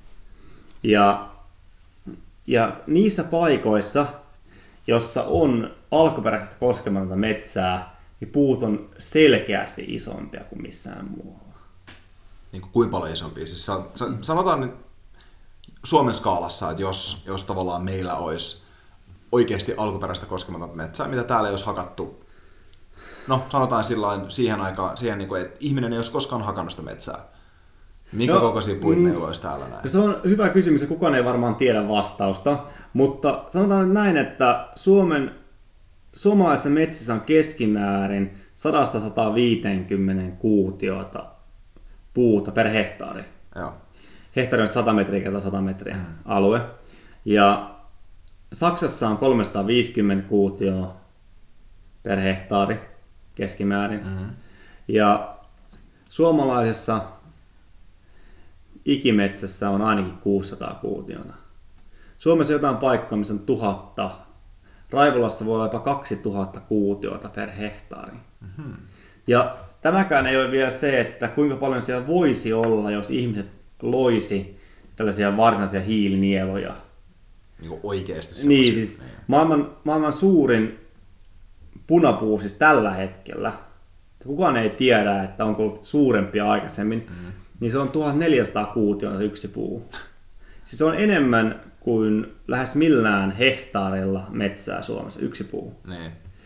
Ja niissä paikoissa, jossa on alkuperäisesti koskematonta metsää, niin puut on selkeästi isompia kuin missään muualla. Niin kuin kuinka paljon isompia? Siis sanotaan nyt Suomen skaalassa, että jos tavallaan meillä olisi oikeasti alkuperäistä koskematonta metsää, mitä täällä ei olisi hakattu, no sanotaan siihen aikaan, niin kuin, että ihminen ei olisi koskaan hakannut sitä metsää. Minkä kokoisia puita meillä olisi täällä näin? Se on hyvä kysymys ja kukaan ei varmaan tiedä vastausta, mutta sanotaan nyt näin, että suomalaisessa metsissä on keskimäärin 100-150 kuutiota puuta per hehtaari. Joo. Hehtaari on 100 metriä kertaa 100 metriä alue. Ja Saksassa on 350 kuutioa per hehtaari keskimäärin. Ja suomalaisessa ikimetsässä on ainakin 600 kuutiota. Suomessa on jotain paikkaa, missä on 1000. Raivolassa voi olla jopa 2000 kuutiota per hehtaari. Ja tämäkään ei ole vielä se, että kuinka paljon siellä voisi olla, jos ihmiset loisi tällaisia varsinaisia hiilinieluja. Niin kuin oikeasti niin, siis maailman suurin punapuu siis tällä hetkellä, kukaan ei tiedä, että onko ollut suurempia aikaisemmin, niin se on 1400 kuutiota yksi puu. Siis se on enemmän kuin lähes millään hehtaarilla metsää Suomessa, yksi puu. Niin.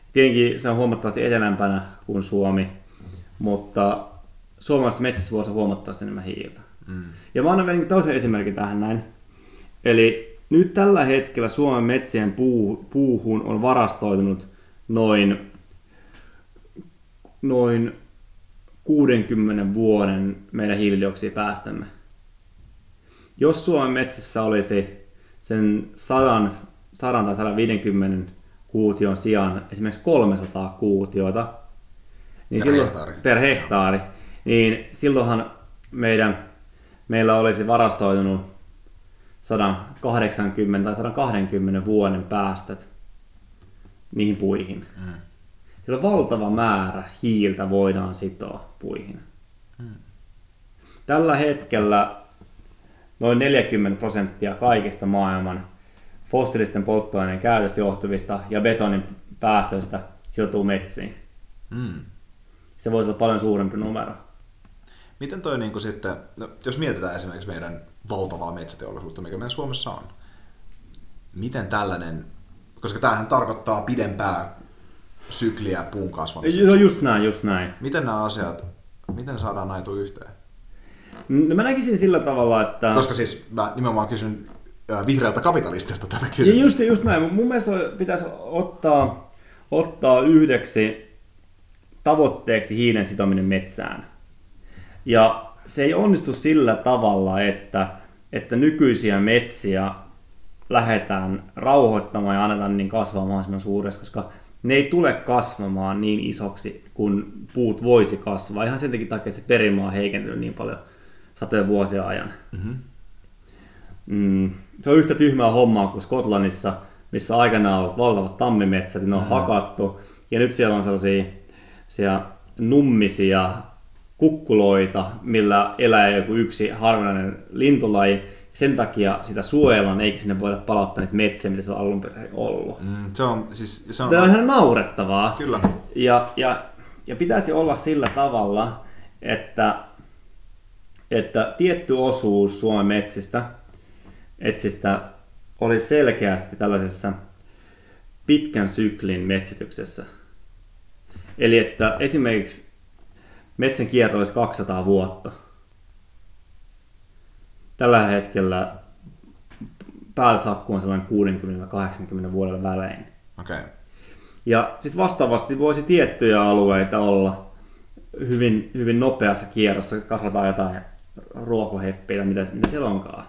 Tietenkin se on huomattavasti etelämpänä kuin Suomi, mutta suomalaisessa metsässä voisi olla huomattavasti enemmän hiiltä. Ja mä annan vielä toisen esimerkin tähän näin. Eli nyt tällä hetkellä Suomen metsien puuhun on varastoitunut noin 60 vuoden meidän hiilidioksidipäästömme. Jos Suomen metsissä olisi sen 100 tai 150 kuution sijaan esimerkiksi 300 kuutiota niin per hehtaari, niin silloinhan meillä olisi varastoitunut 180 tai 120 vuoden päästöt niihin puihin. Sillä valtava määrä hiiltä voidaan sitoa puihin. Tällä hetkellä noin 40% kaikista maailman fossiilisten polttoaineiden käytössä johtuvista ja betonin päästöistä sijoituu metsiin. Se voisi olla paljon suurempi numero. Miten toi niin sitten, no, jos mietitään esimerkiksi meidän valtavaa metsäteollisuutta, mikä meidän Suomessa on, miten tällainen, koska tämähän tarkoittaa pidempää sykliä puun kasvamisessa. Just näin. Miten nämä asiat, miten saadaan näitä yhteen? No mä näkisin sillä tavalla, että... Koska siis mä nimenomaan kysyn vihreältä kapitalistilta tätä kysymystä. Just näin. Mun mielestä pitäisi ottaa yhdeksi tavoitteeksi hiilen sitominen metsään. Ja se ei onnistu sillä tavalla, että nykyisiä metsiä lähdetään rauhoittamaan ja annetaan niin kasvaa mahdollisimman suureksi, koska ne ei tule kasvamaan niin isoksi kuin puut voisi kasvaa. Ihan sen takia, että se perimä on heikentynyt niin paljon satojen vuosien ajan. Se on yhtä tyhmää hommaa kuin Skotlannissa, missä aikanaan on ollut valtavat tammimetsät, ne on hakattu, ja nyt siellä on sellaisia nummisia kukkuloita, millä elää joku yksi harvinainen lintulaji. Sen takia sitä suojellaan, eikä sinne voida palauttaa niitä metsiä, mitä se on alun perin ollut. Tämä on ihan naurettavaa. Kyllä. Ja pitäisi olla sillä tavalla, että tietty osuus Suomen metsistä oli selkeästi tällaisessa pitkän syklin metsityksessä. Eli että esimerkiksi metsän kierto olisi 200 vuotta. Tällä hetkellä pääsakku on sellainen 60-80 vuoden välein. Okay. Ja sitten vastaavasti voisi tiettyjä alueita olla hyvin, hyvin nopeassa kierrossa, kasvataan jotain ruokoheppiä, mitä siellä onkaan.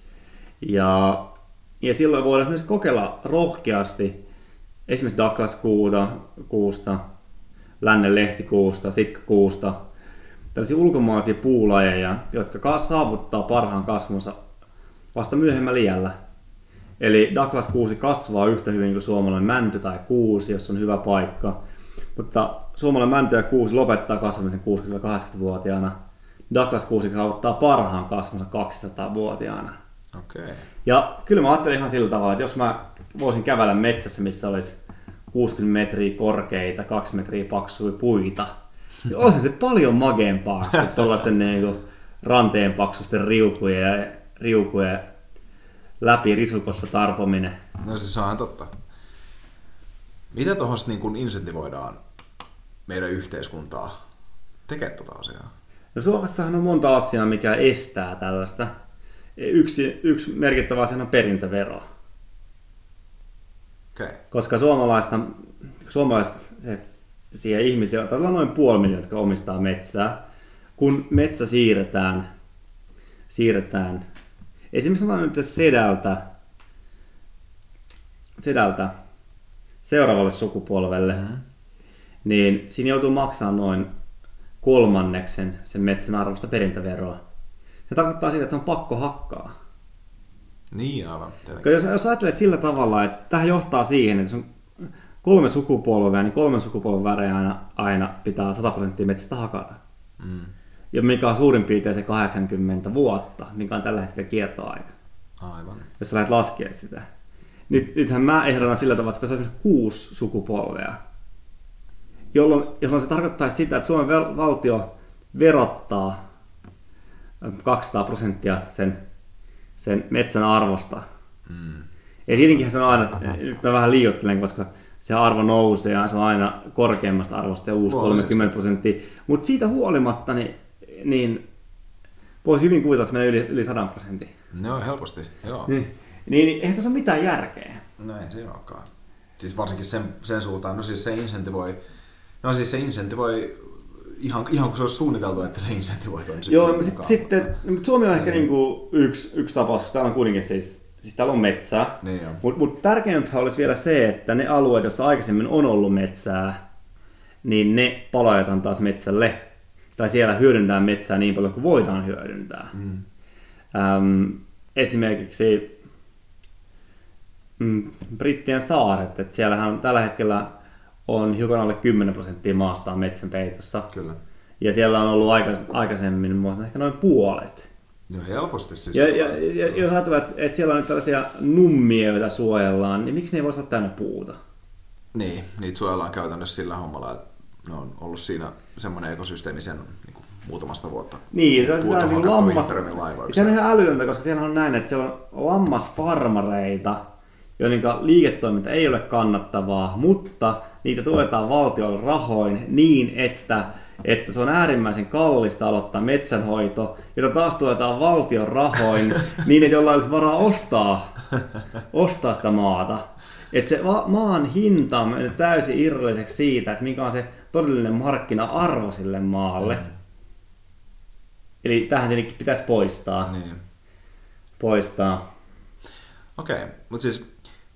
Ja silloin voidaan myös kokeilla rohkeasti esimerkiksi Douglas-kuusta, lännen lehtikuusta, sikkakuusta, tällaisia ulkomaisia puulajeja, jotka saavuttaa parhaan kasvunsa vasta myöhemmällä iällä. Eli Douglas-kuusi kasvaa yhtä hyvin kuin suomalainen mänty tai kuusi, jos on hyvä paikka. Mutta suomalainen mänty ja kuusi lopettaa kasvamisen 60-80-vuotiaana. Douglas-kuusi saavuttaa parhaan kasvunsa 200-vuotiaana. Okay. Ja kyllä mä ajattelin ihan sillä tavalla, että jos mä voisin kävellä metsässä, missä olisi 60 metriä korkeita, 2 metriä paksuja puita, niin olisi se paljon mageempaa kuin tuollaisten ranteen paksusten riukujen läpi risukossa tarpominen. No siis on totta. Miten tuohon niin insentivoidaan meidän yhteiskuntaa tekemään tuota asiaa? No Suomessahan on monta asiaa, mikä estää tällaista. Yksi merkittävä asia on perintövero. Okay. Koska suomalaisia ihmisiä on noin 500 000, jotka omistaa metsää. Kun metsä siirretään esimerkiksi sanotaan nyt sedältä seuraavalle sukupolvelle, niin siinä joutuu maksamaan noin 1/3 sen metsän arvosta perintöveroa. Se tarkoittaa sitä, että se on pakko hakkaa. Niin aivan. Jos ajattelet sillä tavalla, että tähän johtaa siihen, että jos on 3 sukupolvea, niin 3 sukupolven värein aina pitää 100% metsästä hakata. Ja mikä on suurin piirtein se 80 vuotta, mikä on tällä hetkellä kiertoaika. Aivan. Jos sä lähdet laskemaan sitä. Nythän mä ehdotan sillä tavalla, että se olisi 6 sukupolvea. Jolloin se tarkoittaisi sitä, että Suomen valtio verottaa 200% sen metsän arvosta. Ja tietenkin se on aina, nyt mä vähän liioittelen, koska se arvo nousee ja se on aina korkeammasta arvosta se uusi 30%. Mutta siitä huolimatta, niin voisi hyvin kuvitella, että se menee yli 100%. No helposti, joo. Niin eihän tässä ole mitään järkeä. No ei siinä olekaan. Siis varsinkin sen suuntaan, no siis se insentivoi ihan kun se olisi suunniteltu, että se insentivoi tuon syklin mukaan. Joo, sitten Suomi on ehkä niinku yksi tapaus, koska täällä on kuitenkin siis täällä on metsää. Niin Mutta tärkeämpää olisi vielä se, että ne alueet, joissa aikaisemmin on ollut metsää, niin ne palautetaan taas metsälle. Tai siellä hyödyntää metsää niin paljon kuin voidaan hyödyntää. Esimerkiksi Brittien saaret, että siellähän tällä hetkellä on hiukan alle 10% maasta metsän peitossa. Kyllä. Ja siellä on ollut aikaisemmin muassa ehkä noin puolet. No helposti siis. Ja jos ajatellaan, että siellä on nyt tällaisia nummia, joita suojellaan, niin miksi ne ei voisi olla täynnä puuta? Niin, niitä suojellaan käytännössä sillä hommalla, että ne on ollut siinä semmoinen ekosysteemi sen niin kuin muutamasta vuotta. Niin, se on niin lammas. Se on ihan älytöntä, koska siellä on näin, että siellä on lammasfarmareita, joiden liiketoiminta ei ole kannattavaa, mutta niitä tuetaan valtion rahoin niin, että se on äärimmäisen kallista aloittaa metsänhoito, jota taas tuetaan valtion rahoin niin, että jollain olisi varaa ostaa sitä maata. Että se maan hinta on mennyt täysin irralliseksi siitä, että mikä on se todellinen markkina-arvo sille maalle. Eli tähän tietenkin pitäisi poistaa. Niin. Okei, mutta siis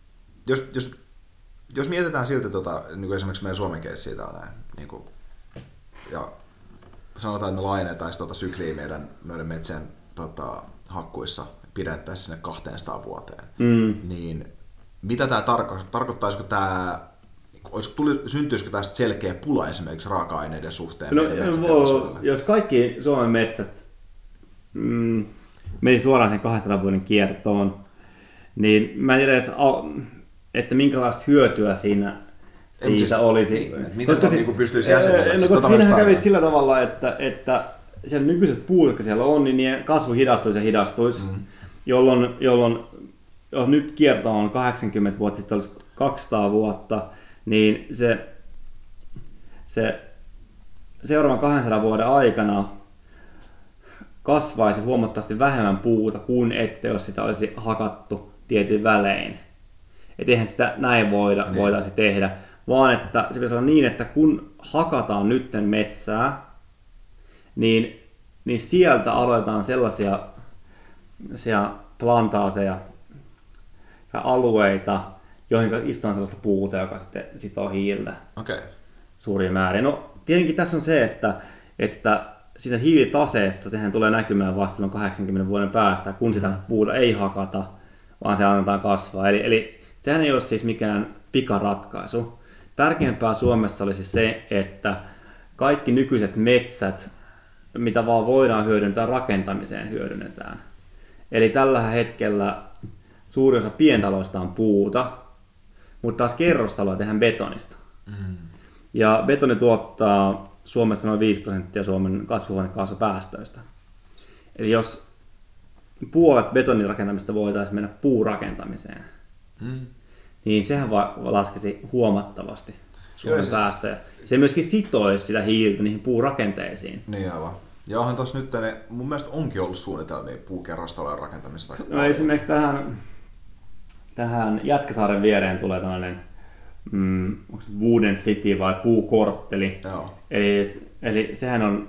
jos mietitään silti niin kuin esimerkiksi meidän Suomen keissiä täällä näin, niin kuin, ja sanotaan, että me laajennettaisiin sykliä meidän metsän hakkuissa, pidettäisiin sinne 200 vuoteen, niin mitä tämä tarkoittaisiko tämä, syntyisikö tästä selkeä pula esimerkiksi raaka-aineiden suhteen? Jos kaikki Suomen metsät meni suoraan sen 200 vuoden kiertoon, niin mä en edes, että minkälaista hyötyä siitä olisi. Miten se niin pystyisi jäsenellä? Koska siinähän kävisi sillä tavalla, että siellä nykyiset puut, jotka siellä on, niin niiden kasvu hidastuisi, jolloin jos nyt kierto on 80 vuotta, sitten olisi 200 vuotta, niin se seuraavan 200 vuoden aikana kasvaisi huomattavasti vähemmän puuta kuin jos sitä olisi hakattu tietyin välein. Et eihän sitä näin voitaisi tehdä, vaan että se pitäisi olla niin, että kun hakataan nytten metsää, niin sieltä aloitetaan sellaisia plantaaseja ja alueita, joihin istutaan sellaista puuta, joka sitten sitoo hiiltä suuriin määrin. No tietenkin tässä on se, että siinä hiilitaseessa sehän tulee näkymään vasta silloin 80 vuoden päästä, kun sitä puuta ei hakata, vaan se annetaan kasvaa. Eli sehän ei ole siis mikään pikaratkaisu. Tärkeämpää Suomessa olisi se, että kaikki nykyiset metsät, mitä vaan voidaan hyödyntää, rakentamiseen hyödynnetään. Eli tällä hetkellä suuri osa pientaloista on puuta, mutta taas kerrostaloja tehdään betonista. Ja betoni tuottaa Suomessa noin 5% Suomen kasvihuonekaasupäästöistä. Eli jos puolet betonirakentamista voitaisiin mennä puurakentamiseen, niin sehän laskisi huomattavasti Suomen päästöjä. Se myöskin sitoisi sitä hiiltä niihin puurakenteisiin. Niin aivan. Ja onhan tuossa nyt, mun mielestä onkin ollut suunnitelmia puukerrostalojen rakentamista. No esimerkiksi tähän Jätkäsaaren viereen tulee tällainen Wooden City vai puukortteli. Joo. Eli sehän on,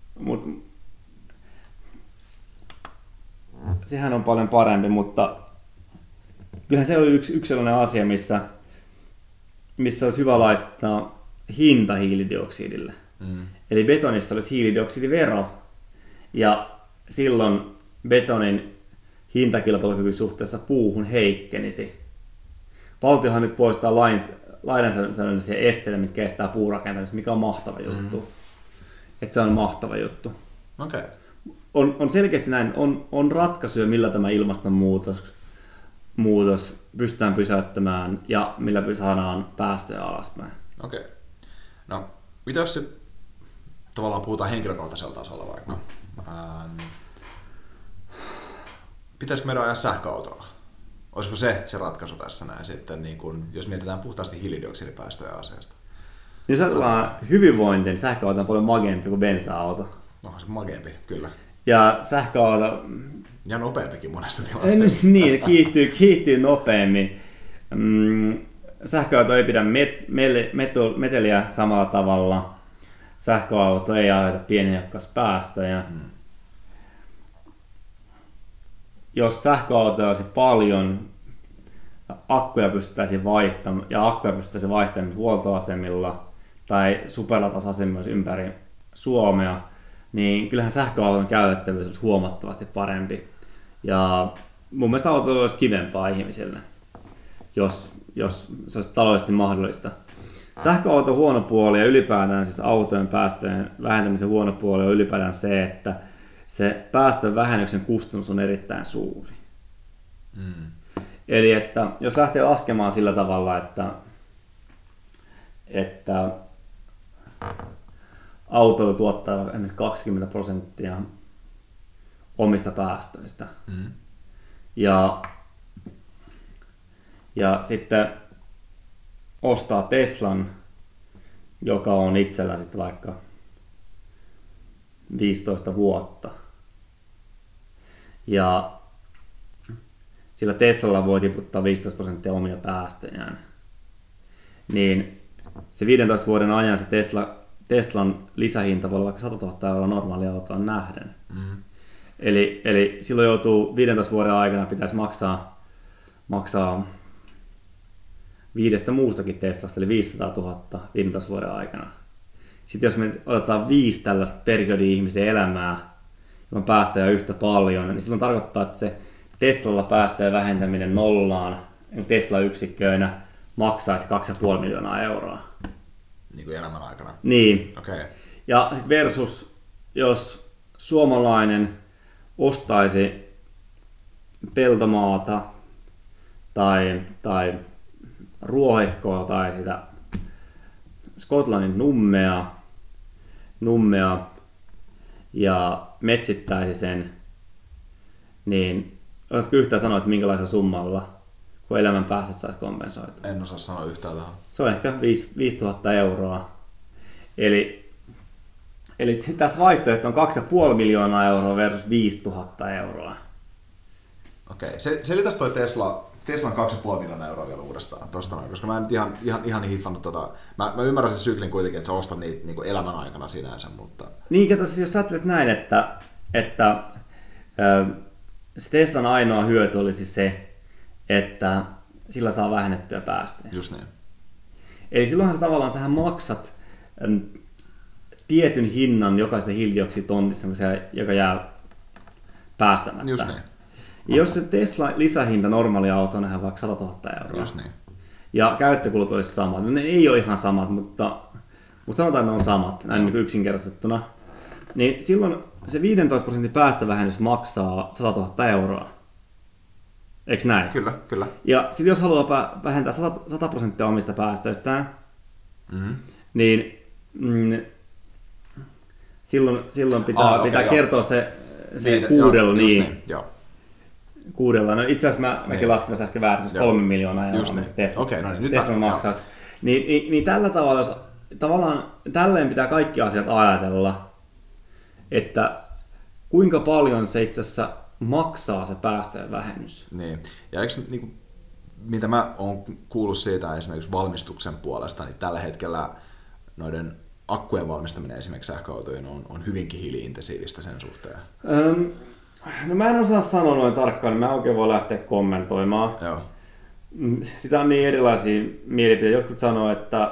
sehän on paljon parempi, mutta kyllähän se on yksi sellainen asia, missä olisi hyvä laittaa hinta hiilidioksidille. Eli betonissa olisi hiilidioksidivero, ja silloin betonin hintakilpailukyky suhteessa puuhun heikkenisi. Valtiohan nyt poistaa lainsäädännöllisiä esteitä, mitkä estää puurakentamista, mikä on mahtava juttu. Että se on mahtava juttu. Okay. On selkeästi näin, on ratkaisuja, millä tämä ilmastonmuutos pystytään pysäyttämään ja millä saadaan päästöjä alaspäin. Okei. No, mitä jos sitten tavallaan puhutaan henkilökohtaisella tasolla vaikka? Pitäisikö meidän ajaa sähköautolla? olisiko se ratkaisu tässä näin sitten, niin kun, jos mietitään puhtaasti hiilidioksidipäästöjä asiasta? Jos ajatellaan hyvinvointia, niin sähköauto on paljon mageempi kuin bensa-auto. Onhan se mageempi, kyllä. Ja sähköauto... Ja nopeampikin monessa tilanteessa. Niin, kiihtyy nopeammin. Sähköauto ei pidä meteliä samalla tavalla. Sähköauto ei aiheuta pienhiukkaspäästöjä. Jos sähköautoja olisi paljon, akkuja pystyttäisiin vaihtamaan huoltoasemilla tai superlatausasemilla ympäri Suomea, niin kyllähän sähköauton käytettävyys olisi huomattavasti parempi. Ja mun mielestä auto olisi kivempaa ihmisille, jos se olisi taloudellisesti mahdollista. Sähköauton huono puoli ja ylipäätään siis autojen päästöjen vähentämisen huono puoli on ylipäätään se, että se päästön vähennyksen kustannus on erittäin suuri. Eli että jos lähtee laskemaan sillä tavalla, että autoilu tuottaa esimerkiksi 20% omista päästöistä. Ja sitten ostaa Teslan, joka on itsellä sitten vaikka 15 vuotta. Ja sillä Teslalla voi tiputtaa 15% omia päästöjään. Niin se 15 vuoden ajan se Teslan lisähinta voi olla vaikka 100 000 euroa normaalia autoa nähden. Eli silloin joutuu 15 vuoden aikana pitäisi maksaa 5 muustakin Teslasta, eli 500 000 15 vuoden aikana. Sitten jos me otetaan 5 tällaista periodia ihmisen elämää, ilman päästöjä yhtä paljon, niin silloin tarkoittaa, että se Teslalla päästöjen vähentäminen nollaan Tesla-yksikköinä maksaisi 2,5 miljoonaa euroa. Niin kuin elämän aikana? Niin. Okay. Ja sitten versus, jos suomalainen ostaisi peltomaata tai ruohikkoa tai sitä Skotlannin nummea ja metsittäisi sen, niin olisiko yhtään sanoa, että minkälaisella summalla, kun elämän päästöt saisi kompensoitua? En osaa sanoa yhtään tähän. Se on ehkä 5 000 euroa. Eli tässä vaihtoehto on 2,5 miljoonaa euroa versus 5 000 euroa. Okei, selitäs toi Teslan 2,5 miljoonaa euroa vielä uudestaan tosta noin, koska mä en nyt ihan hiffannut mä ymmärrän sen syklin kuitenkin, että sä ostat niitä niin kuin elämän aikana sinänsä, mutta... Niin, kato, siis jos sä ajattelet näin, että se Teslan ainoa hyöty olisi se, että sillä saa vähennettyä päästöjä. Just niin. Eli silloinhan sähän maksat tietyn hinnan jokaisesta hiilidioksiditontista, joka jää päästämättä. Just niin. Ja jos se Tesla lisähinta normaali auto on nähdään vaikka 100 000 euroa. Just niin. Ja käyttökulut olisi samat. Ne ei ole ihan samat, mutta sanotaan, että ne on samat, näin niin yksinkertaistettuna. Niin silloin se 15% päästövähennys maksaa 100 000 euroa. Eikö näin? Kyllä. Ja sitten jos haluaa vähentää 100% omista päästöistään, niin silloin pitää kertoa se kuudella. Niin. Kuudella. No itse asiassa mäkin laskin äsken väärin, 3 miljoonaa euroa, mistä Tesla maksaisi. Niin tällä tavalla, tavallaan tälleen pitää kaikki asiat ajatella, että kuinka paljon se itse asiassa maksaa se päästöjen vähennys. Niin. Ja eikö niin kuin, mitä mä oon kuullut siitä esimerkiksi valmistuksen puolesta, niin tällä hetkellä noiden akkujen valmistaminen esimerkiksi sähköautoihin on hyvinkin hiili-intensiivistä sen suhteen. No mä en osaa sanoa noin tarkkaan, niin mä oikein voi lähteä kommentoimaan. Joo. Sitä on niin erilaisia mielipiteitä. Jotkut sanoo, että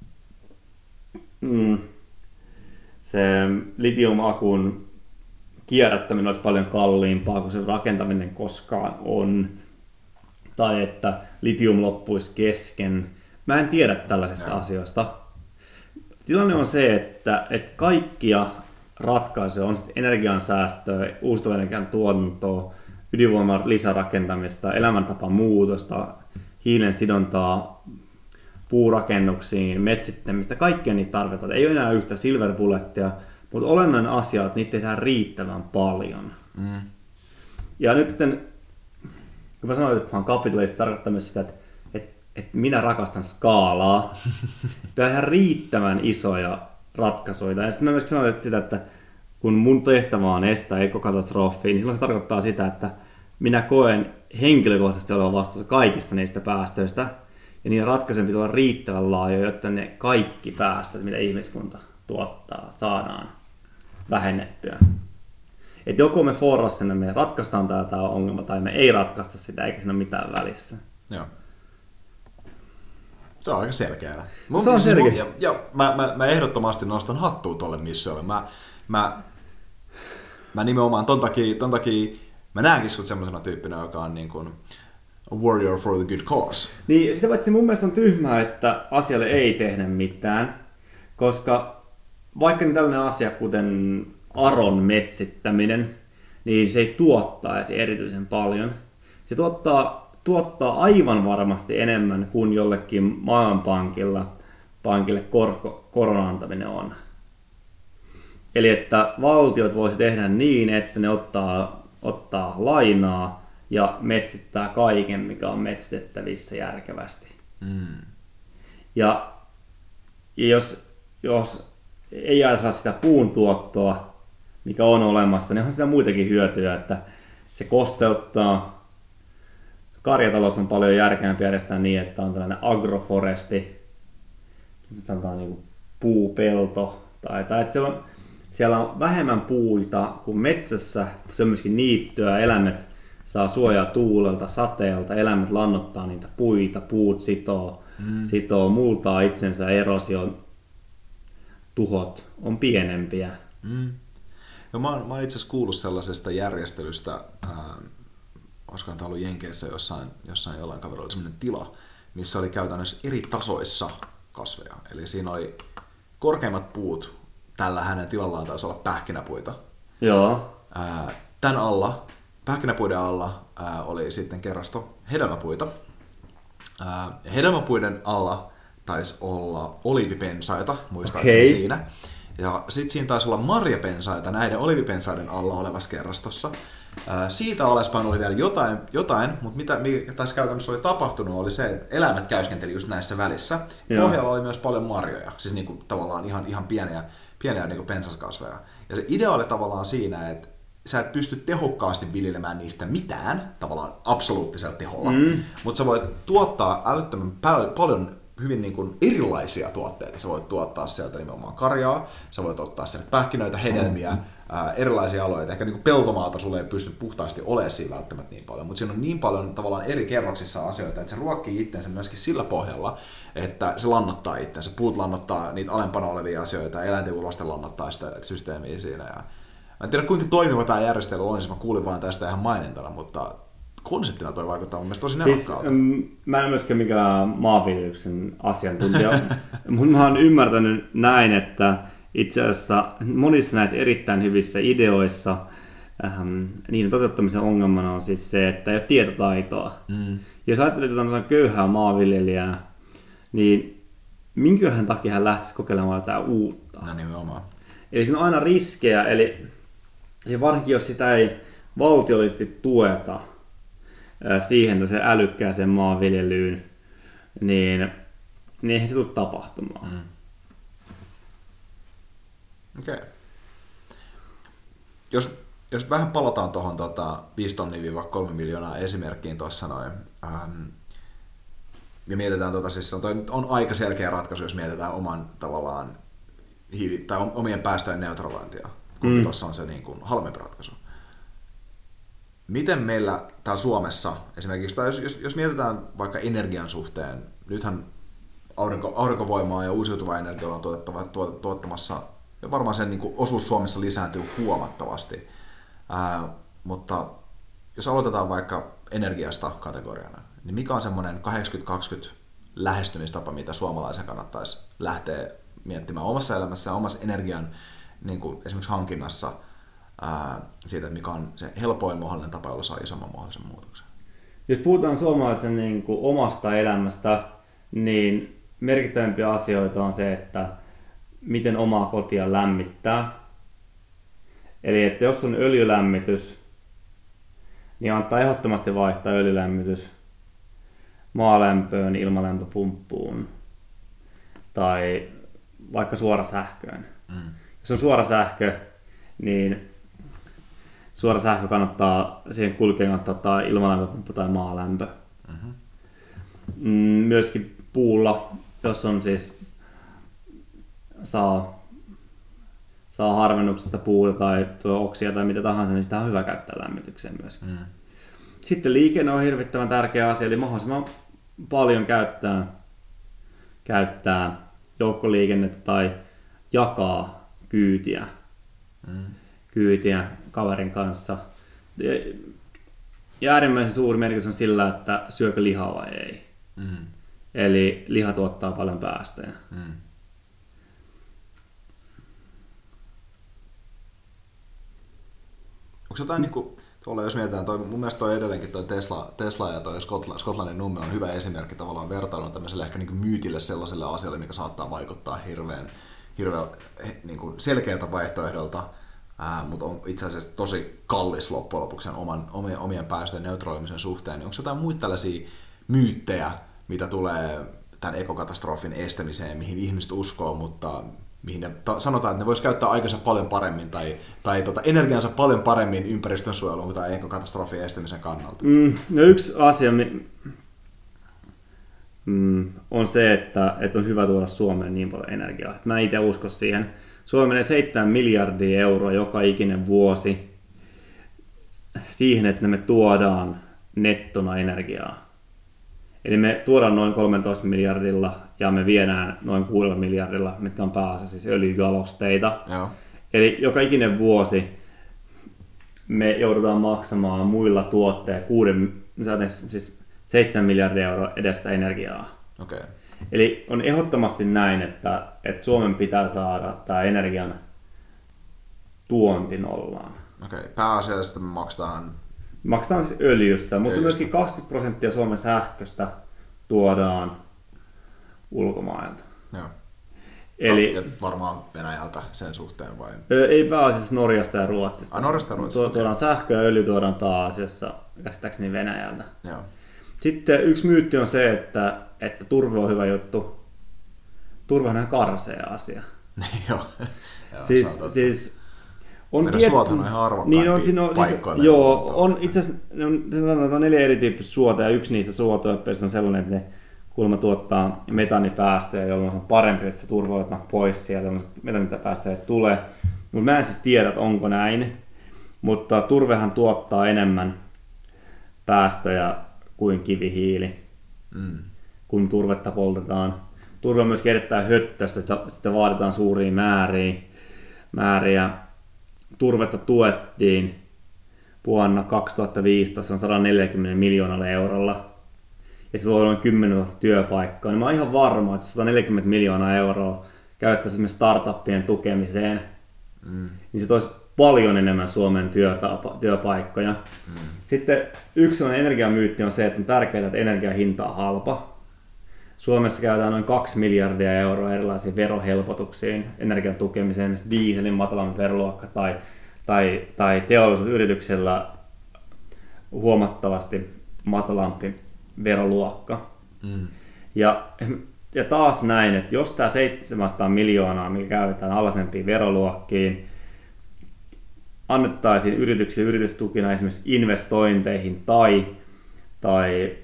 se litiumakun kierrättäminen olisi paljon kalliimpaa kuin se rakentaminen koskaan on. Tai että litium loppuisi kesken. Mä en tiedä tällaisista asioista. Tilanne on se, että kaikkia ratkaisuja on sitten energiansäästöä, uusiutuvan energian tuotantoa, ydinvoiman lisärakentamista, elämäntapa muutosta, hiilen sidontaa puurakennuksiin, metsittämistä, kaikkia niitä tarvitaan. Ei ole enää yhtä silver bullettia, mutta olennainen asia on, että niitä tehdään riittävän paljon. Ja nyt kun kun mä sanoin, että mä oon kapitalisti, tarkoittaa myös sitä, että minä rakastan skaalaa. Pitää ihan riittävän isoja ratkaisuja. Ja sitten mä myöskin sanoin sitä, että kun mun tehtävä on estää ekokatastrofia, niin silloin se tarkoittaa sitä, että minä koen henkilökohtaisesti olevan vastuussa kaikista niistä päästöistä. Ja niiden ratkaisujen pitää olla riittävän laajoja, jotta ne kaikki päästöt, mitä ihmiskunta tuottaa, saadaan vähennettyä. Että joko me forrassena me ratkaistaan tämä ongelma tai me ei ratkaista sitä, eikä siinä ole mitään välissä. Joo. Se on aika selkeää. Se on selkeä. Ja mä ehdottomasti nostan hattua tolle missiolle. Mä nimenomaan ton takia mä näenkin sut semmosena tyyppinä, joka on niin kuin a warrior for the good cause. Niin, sitä paitsi mun mielestä on tyhmää, että asialle ei tehdä mitään, koska vaikka niin tällainen asia, kuten aron metsittäminen, niin se ei tuottaisi erityisen paljon. Se tuottaa aivan varmasti enemmän kuin jollekin maailmanpankille koron antaminen on. Eli että valtiot voisi tehdä niin, että ne ottaa lainaa ja metsittää kaiken, mikä on metsitettävissä järkevästi. Ja jos ei ajatella sitä puun tuottoa, mikä on olemassa, niin on sitä muitakin hyötyjä, että se kosteuttaa. Karjatalous on paljon järkevämpi järjestää niin, että on tällainen agroforesti, sanotaan niin kuin puupelto, tai että siellä on vähemmän puita kuin metsässä, se on myöskin niittyä, eläimet saa suojaa tuulelta, sateelta, eläimet lannottaa niitä puita, puut sitoo multaa itsensä, erosion tuhot on pienempiä. No, mä oon itse asiassa kuullut sellaisesta järjestelystä, olisikohan tämä ollut Jenkeissä jossain jollain kaverilla oli sellainen tila, missä oli käytännössä eri tasoissa kasveja. Eli siinä oli korkeimmat puut, tällä hänen tilallaan taisi olla pähkinäpuita. Joo. Tän alla, pähkinäpuiden alla oli sitten kerrasto hedelmäpuita. Hedelmäpuiden alla taisi olla oliivipensaita, muistaakseni siinä. Ja sitten siinä taisi olla marjapensaita näiden oliivipensaiden alla olevassa kerrastossa. Siitä alaspäin oli vielä jotain, mutta mikä tässä käytännössä oli tapahtunut oli se, että eläimet käyskenteli just näissä välissä. Pohjalla oli myös paljon marjoja, siis niinku tavallaan ihan pieniä niinku pensaskasveja. Ja se idea oli tavallaan siinä, että sä et pysty tehokkaasti viljelemään niistä mitään, tavallaan absoluuttisella teholla, mutta sä voit tuottaa älyttömän paljon hyvin niin kuin erilaisia tuotteita. Sä voit tuottaa sieltä nimenomaan karjaa, sä voit ottaa sieltä pähkinöitä, hedelmiä, erilaisia aloita. Ehkä niin kuin peltomaata sulle ei pysty puhtaasti olemaan siinä välttämättä niin paljon, mutta siinä on niin paljon tavallaan eri kerroksissa asioita, että se ruokkii itsensä myöskin sillä pohjalla, että se lannottaa itsensä. Puut lannottaa niitä alempana olevia asioita, eläinten uloste lannottaa sitä systeemiä siinä. Ja mä en tiedä kuinka toimiva tämä järjestely on, siis mä kuulin vaan tästä ihan mainintana, mutta konseptina toi vaikuttaa mun mielestä tosi nerokkaalta. Siis, mä en myöskään mikään maanviljelyksen asiantuntija, mutta mä oon ymmärtänyt näin, että itse asiassa monissa näissä erittäin hyvissä ideoissa niiden toteuttamisen ongelmana on siis se, että ei ole tietotaitoa. Jos ajattelee jotain köyhää maanviljelijää, niin minkähän takia hän lähtisi kokeilemaan jotain uutta? No nimenomaan. Eli siinä on aina riskejä, eli varsinkin jos sitä ei valtiollisesti tueta siihen tai se älykkääseen maanviljelyyn, niin eihän se tule tapahtumaan. Okei. Jos vähän palataan tuohon 5 tonnia-3 miljoonaa esimerkkiin tuossa noin, ja mietitään, siis on aika selkeä ratkaisu, jos mietitään oman tavallaan tai omien päästöjen neutralointia, kun tuossa on se niin kuin halvempi ratkaisu. Miten meillä täällä Suomessa esimerkiksi, tai jos mietitään vaikka energian suhteen, nythän aurinkovoimaa ja uusiutuvaa energiaa on tuottamassa, ja varmaan sen niin kuin osuus Suomessa lisääntyy huomattavasti, mutta jos aloitetaan vaikka energiasta kategoriana, niin mikä on semmoinen 80-20 lähestymistapa, mitä suomalaisen kannattaisi lähteä miettimään omassa elämässä ja omassa energian niin kuin esimerkiksi hankinnassa siitä, että mikä on se helpoin mahdollinen tapa, jolla saa isomman mahdollisen muutoksen. Jos puhutaan suomalaisen niin kuin omasta elämästä, niin merkittävimpiä asioita on se, että miten omaa kotia lämmittää. Eli että jos on öljylämmitys, niin antaa ehdottomasti vaihtaa öljylämmitys maalämpöön, ilmalämpöpumppuun tai vaikka suora sähköön. Jos on suora sähkö, niin suora sähkö siihen kulkeen kannattaa ilmalämpöpumppu tai maalämpö. Myöskin puulla, jos on siis saa harvennuksesta puuta tai oksia tai mitä tahansa, niin sitä on hyvä käyttää lämmitykseen myöskin. Sitten liikenne on hirvittävän tärkeä asia, eli mahdollisimman paljon käyttää joukkoliikennettä tai jakaa kyytiä kaverin kanssa. Ja äärimmäisen suuri merkitys on sillä, että syökö lihaa vai ei. Eli liha tuottaa paljon päästöjä. Onko jotain niinku, tuolla jos mietitään, mun mielestä toi edelleenkin toi Tesla ja toi Skotlannin numme on hyvä esimerkki tavallaan vertailuna tämmöiselle ehkä niinku myytille sellaiselle asialle, mikä saattaa vaikuttaa hirveän niinku selkeältä vaihtoehdolta, mutta on itse asiassa tosi kallis loppujen lopuksi omien päästöjen neutraalimisen suhteen. Niin onko jotain muita tällaisia myyttejä, mitä tulee tämän ekokatastrofin estämiseen, mihin ihmiset uskoo, mutta mihin ne sanotaan, että ne vois käyttää aikansa paljon paremmin tai energiansa paljon paremmin ympäristönsuojeluun tai ekokatastrofin estämisen kannalta? No yksi asia on se, että on hyvä tuoda Suomeen niin paljon energiaa. Mä itse uskon siihen. Suomeen menee 7 miljardia euroa joka ikinen vuosi siihen, että me tuodaan nettona energiaa. Eli me tuodaan noin 13 miljardilla ja me viedään noin 6 miljardilla, mitkä on pääasiassa siis öljyjalosteita. Joo. Eli joka ikinen vuosi me joudutaan maksamaan muilla tuotteilla 7 miljardia euroa edestä energiaa. Okay. Eli on ehdottomasti näin, että Suomen pitää saada tämä energian tuonti nollaan. Okei. Pääasiallisesti me maksetaan siis öljystä, mutta myöskin 20% Suomen sähköstä tuodaan ulkomailta. Joo. Eli, ja varmaan Venäjältä sen suhteen vai? Ei pääasiassa Norjasta ja Ruotsista. Norjasta ja Ruotsista. Tuodaan sähköä ja öljy tuodaan pääasiassa käsittääkseni Venäjältä. Joo. Sitten yksi myytti on se, että turve on hyvä juttu. Turve on ihan karsea asia. Joo. Siis on meidän suothan on ihan arvokkaimpia paikkoja. On itse asiassa on 4 erityyppistä suota ja yksi niistä suotyyppeistä on sellainen, että ne kuulemma tuottaa metaanipäästöjä, jolloin on parempi, että se turve ottaa pois sieltä, jolloin metaanipäästöjä tulee. Mutta mä en siis tiedä, onko näin, mutta turvehan tuottaa enemmän päästöjä kuin kivihiili, kun turvetta poltetaan. Turve on myös erittäin höttöistä, sitä vaaditaan suuria määriä. Turvetta tuettiin vuonna 2015 140 miljoonalla eurolla ja se luo noin 10 000 työpaikkaa. Niin mä oon ihan varma, että 140 miljoonaa euroa käyttäisiin esimerkiksi startuppien tukemiseen, niin se toisi paljon enemmän Suomen työpaikkoja. Sitten yksi sellainen energiamyytti on se, että on tärkeää, että energian hinta on halpa. Suomessa käytetään noin 2 miljardia euroa erilaisiin verohelpotuksiin energian tukemiseen, esimerkiksi dieselin matalampi veroluokka tai teollisuusyrityksellä huomattavasti matalampi veroluokka. Ja taas näin, että jos tämä 700 miljoonaa, mikä käytetään alhaisempiin veroluokkiin, annettaisiin yrityksille yritystukina esimerkiksi investointeihin tai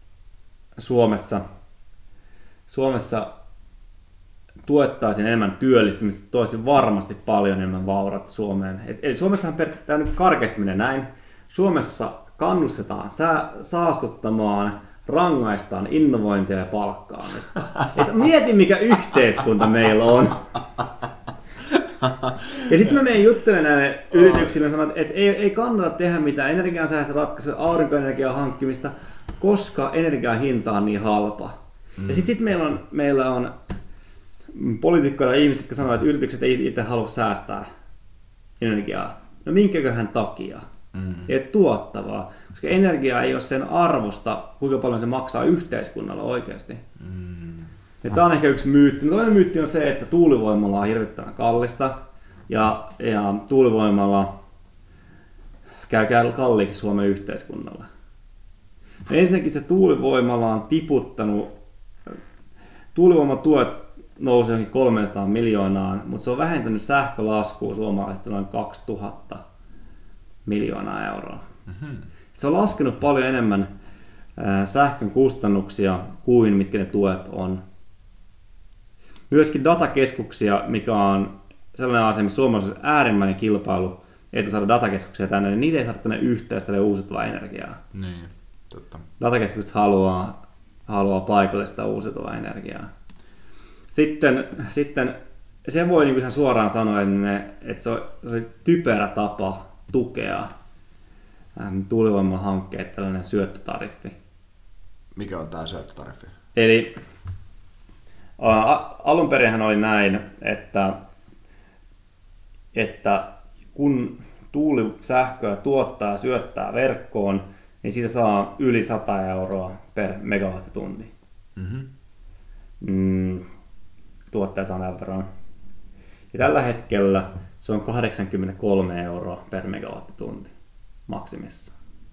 Suomessa tuettaisiin enemmän työllistymistä, toisi varmasti paljon enemmän vaurautta Suomeen. Eli Suomessahan tämä nyt karkeasti menee näin. Suomessa kannustetaan saastuttamaan, rangaistaan innovointia ja palkkaamista. Mieti mikä yhteiskunta meillä on. Ja sitten mä menen juttelemaan näille yrityksille ja sanon, että ei kannata tehdä mitään energiansäästöratkaisuja, aurinkoenergian hankkimista, koska energian hinta on niin halpa. Ja sitten meillä on poliitikkoja ja ihmiset, jotka sanoo, että yritykset ei itse halua säästää energiaa. No minkäköhän takia? Ei tuottavaa, koska energia ei ole sen arvosta, kuinka paljon se maksaa yhteiskunnalle oikeasti. Ja tämä on ehkä yksi myytti. Toinen myytti on se, että tuulivoimalla on hirvittävän kallista ja tuulivoimalla käy kalliiksi Suomen yhteiskunnalle. Ensinnäkin se tuulivoimala on tiputtanut, tuulivoimatuet nousi johonkin 300 miljoonaan, mutta se on vähentänyt sähkölaskua suomalaisista noin 2000 miljoonaa euroa. Mm-hmm. Se on laskenut paljon enemmän sähkön kustannuksia kuin mitkä ne tuet on. Myöskin datakeskuksia, mikä on sellainen asia, missä suomalaisilla on äärimmäinen kilpailu, ei saada datakeskuksia tänne, niin niitä ei saada tänne yhteistä uusiutuvaa energiaa. Niin, totta. Datakeskukset haluaa paikallista uusiutuvaa energiaa. Sitten se voi niin ihan suoraan sanoa, että se oli typerä tapa tukea tuulivoimahankkeet, tällainen syöttötariffi. Mikä on tämä syöttötariffi? Eli alun perinhän oli näin, että kun tuulisähköä tuottaa ja syöttää verkkoon, niin siitä saa yli 100 euroa per megawattitunti. Mm-hmm. Tuottaja saa näin verran. Ja tällä hetkellä se on 83 euroa per megawattitunti maksimissa.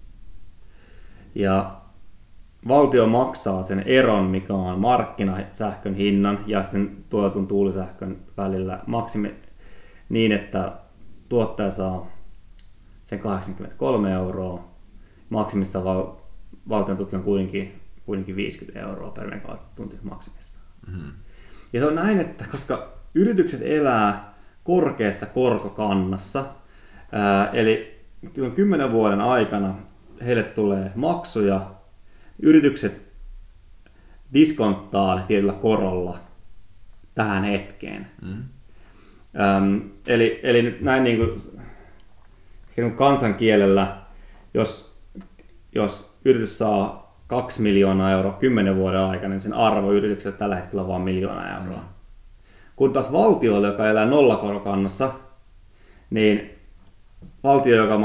Ja valtio maksaa sen eron, mikä on markkinasähkön hinnan ja sen tuotetun tuulisähkön välillä maksimi niin, että tuottaja saa sen 83 euroa. Maksimissa valtion tuki on kuitenkin 50 euroa per megawattitunti maksimissa. Mm-hmm. Ja se on näin, että koska yritykset elää korkeassa korkokannassa, eli 10 vuoden aikana heille tulee maksuja, yritykset diskonttaa tietyllä korolla tähän hetkeen. Eli nyt näin niin kuin kansankielellä, jos yritys saa 2 miljoonaa euroa 10 vuoden aikana, niin sen arvo yritykselle tällä hetkellä on vain 1 miljoonaa euroa. Kun taas valtiolle, joka elää nollakorokannassa, niin valtio, joka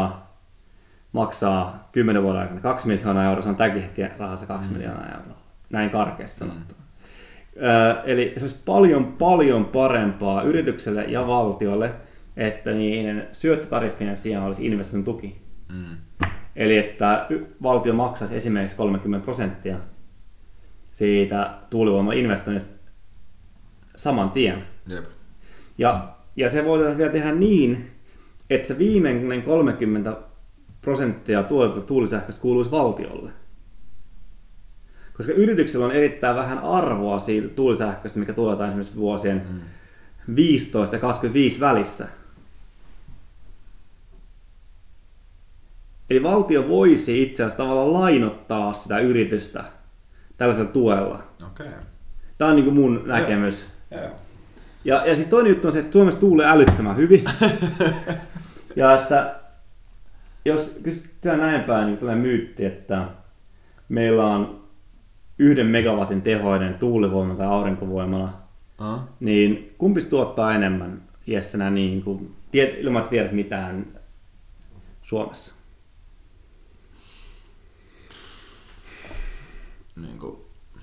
maksaa 10 vuoden aikana 2 miljoonaa euroa, se on tälläkin hetkellä rahassa 2 miljoonaa euroa. Näin karkeasti sanottuna. Eli se olisi paljon parempaa yritykselle ja valtiolle, että niiden syöttötariffien sijaan olisi investointituki. Eli että valtio maksaisi esimerkiksi 30% siitä tuulivoima-investoinnista saman tien. Jep. Ja se voitaisiin vielä tehdä niin, että se viimeinen 30% tuotetusta tuulisähköstä kuuluisi valtiolle. Koska yrityksellä on erittäin vähän arvoa siitä tuulisähköstä, mikä tuotetaan esimerkiksi vuosien 15 ja 25 välissä. Eli valtio voisi itse asiassa tavallaan lainottaa sitä yritystä tällaisella tuella. Okay. Tämä on niin kuin mun näkemys. Ja sitten toinen juttu on se, että Suomessa tuulee älyttömän hyvin. Ja että jos kysytään näin päin, niin tällainen myytti, että meillä on 1 megawatin tehoinen tuulivoima tai aurinkovoimala, niin kumpi tuottaa enemmän Jessenä niin kuin, ilman, että tiedät mitään Suomessa? Niin kuin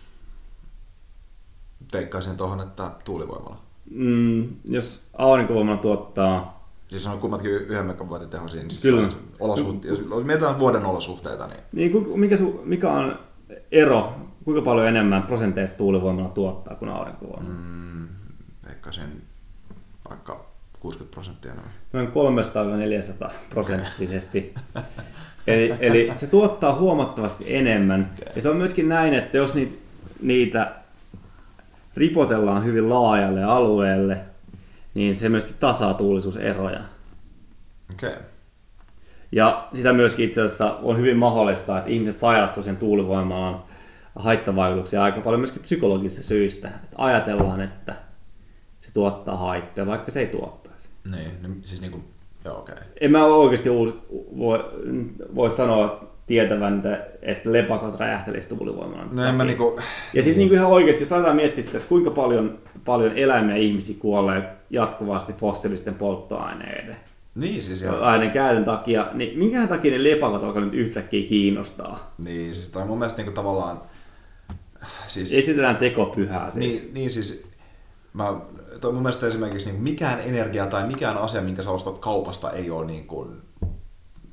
veikkaisin tuohon, että tuulivoimalla. Jos aurinkovoimala tuottaa... Siis on kummatkin 1 megawatin tehoisia, niin siis jos mietitään vuoden olosuhteita, niin mikä on ero, kuinka paljon enemmän prosenteista tuulivoimalla tuottaa kuin aurinkovoimalla? Veikkaisin vaikka 60%. Noin 300-400%. Eli se tuottaa huomattavasti enemmän. Okay. Ja se on myöskin näin, että jos niitä ripotellaan hyvin laajalle alueelle, niin se myöskin tasaa tuulisuuseroja. Okay. Ja sitä myöskin itse asiassa on hyvin mahdollista, että ihmiset sairastuvat sen tuulivoimalan haittavaikutuksia aika paljon myöskin psykologisista syistä. Että ajatellaan, että se tuottaa haittaa, vaikka se ei tuottaisi. Niin, siis niin kuin, joo, okei. En mä oikeasti voi sanoa tietävän, että lepakot räjähtelisi tuulivoimalan. No en mä niinku... Ja sitten niinku ihan oikeasti, jos aletaan miettiä sitä, että kuinka paljon eläimiä ja ihmisiä kuolee jatkuvasti fossiilisten polttoaineiden. Niin, siis aina käytön takia, niin minkähän takia ne lepakot alkaa nyt yhtäkkiä kiinnostaa? Niin, siis toi on mun mielestä niinku tavallaan... Siis, esitetään tekopyhää siis. Niin siis... Mun mielestä esimerkiksi niin mikään energia tai mikään asia, minkä sä ostat kaupasta, ei ole niin kuin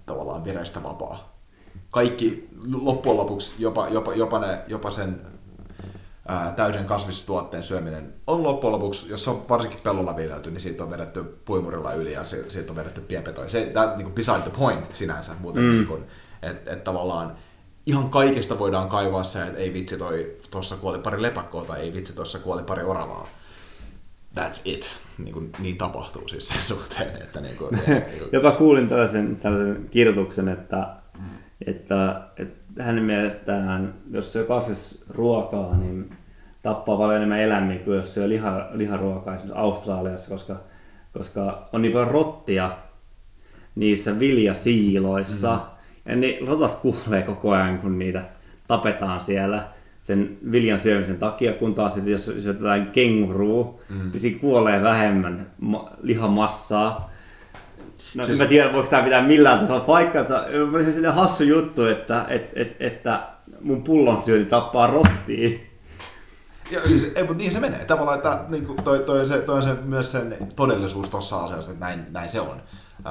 tavallaan verestä vapaa. Kaikki loppujen lopuksi, jopa sen täyden kasvistuotteen syöminen on loppujen lopuksi, jos on varsinkin pellolla viljelty, niin siitä on vedetty puimurilla yli ja siitä on vedetty pienpetoja. Se niin beside the point sinänsä, mutta että tavallaan ihan kaikesta voidaan kaivaa se, että ei vitsi tuossa kuoli pari lepakkoa tai ei vitsi tuossa kuoli pari oravaa. That's it. Niin tapahtuu siis sen suhteen. Että Jopa kuulin tällaisen kirjoituksen, että hänen mielestään, jos syö kasvisruokaa, niin tappaa paljon enemmän eläimiä kuin jos syö liharuokaa esimerkiksi Australiassa, koska on niin paljon rottia niissä viljasiiloissa. Ja ne rotat kuolee koko ajan, kun niitä tapetaan siellä sen viljan syömisen takia, kun taas sitten jos syötetään kenguruu, niin siinä kuolee vähemmän lihamassaa. No, siis, mä tiedän, voiko tämä pitää millään tasolla paikkansa. Se on sellainen hassu juttu, että mun pullon syönti tappaa rottia. Ja, siis, ei, mutta niin se menee. Tavallaan, että niin toi on se, myös sen todellisuus tuossa asiassa, että näin se on.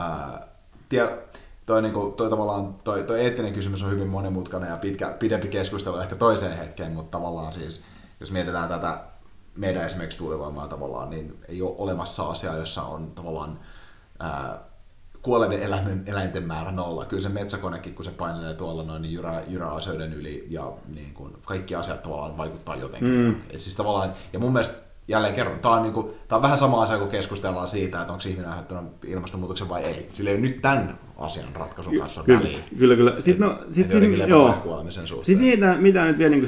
Toi eettinen kysymys on hyvin monimutkainen ja pidempi keskustelu ehkä toiseen hetkeen, mutta tavallaan siis, jos mietitään tätä meidän esimerkiksi tuulivoimaa tavallaan, niin ei ole olemassa asiaa, jossa on tavallaan kuolleiden eläinten määrä 0. Kyllä se metsäkonekin, kun se painelee tuolla noin, niin jyrää asioiden yli ja niin kuin, kaikki asiat tavallaan vaikuttaa jotenkin. Et siis tavallaan, ja mun mielestä jälleen kerran, tämä on vähän sama asia, kun keskustellaan siitä, että onko ihminen aiheuttanut ilmastonmuutoksen vai ei. Sillä ei ole nyt tämän asian ratkaisun kanssa väliin. Kyllä. Sitten mitä nyt vielä niin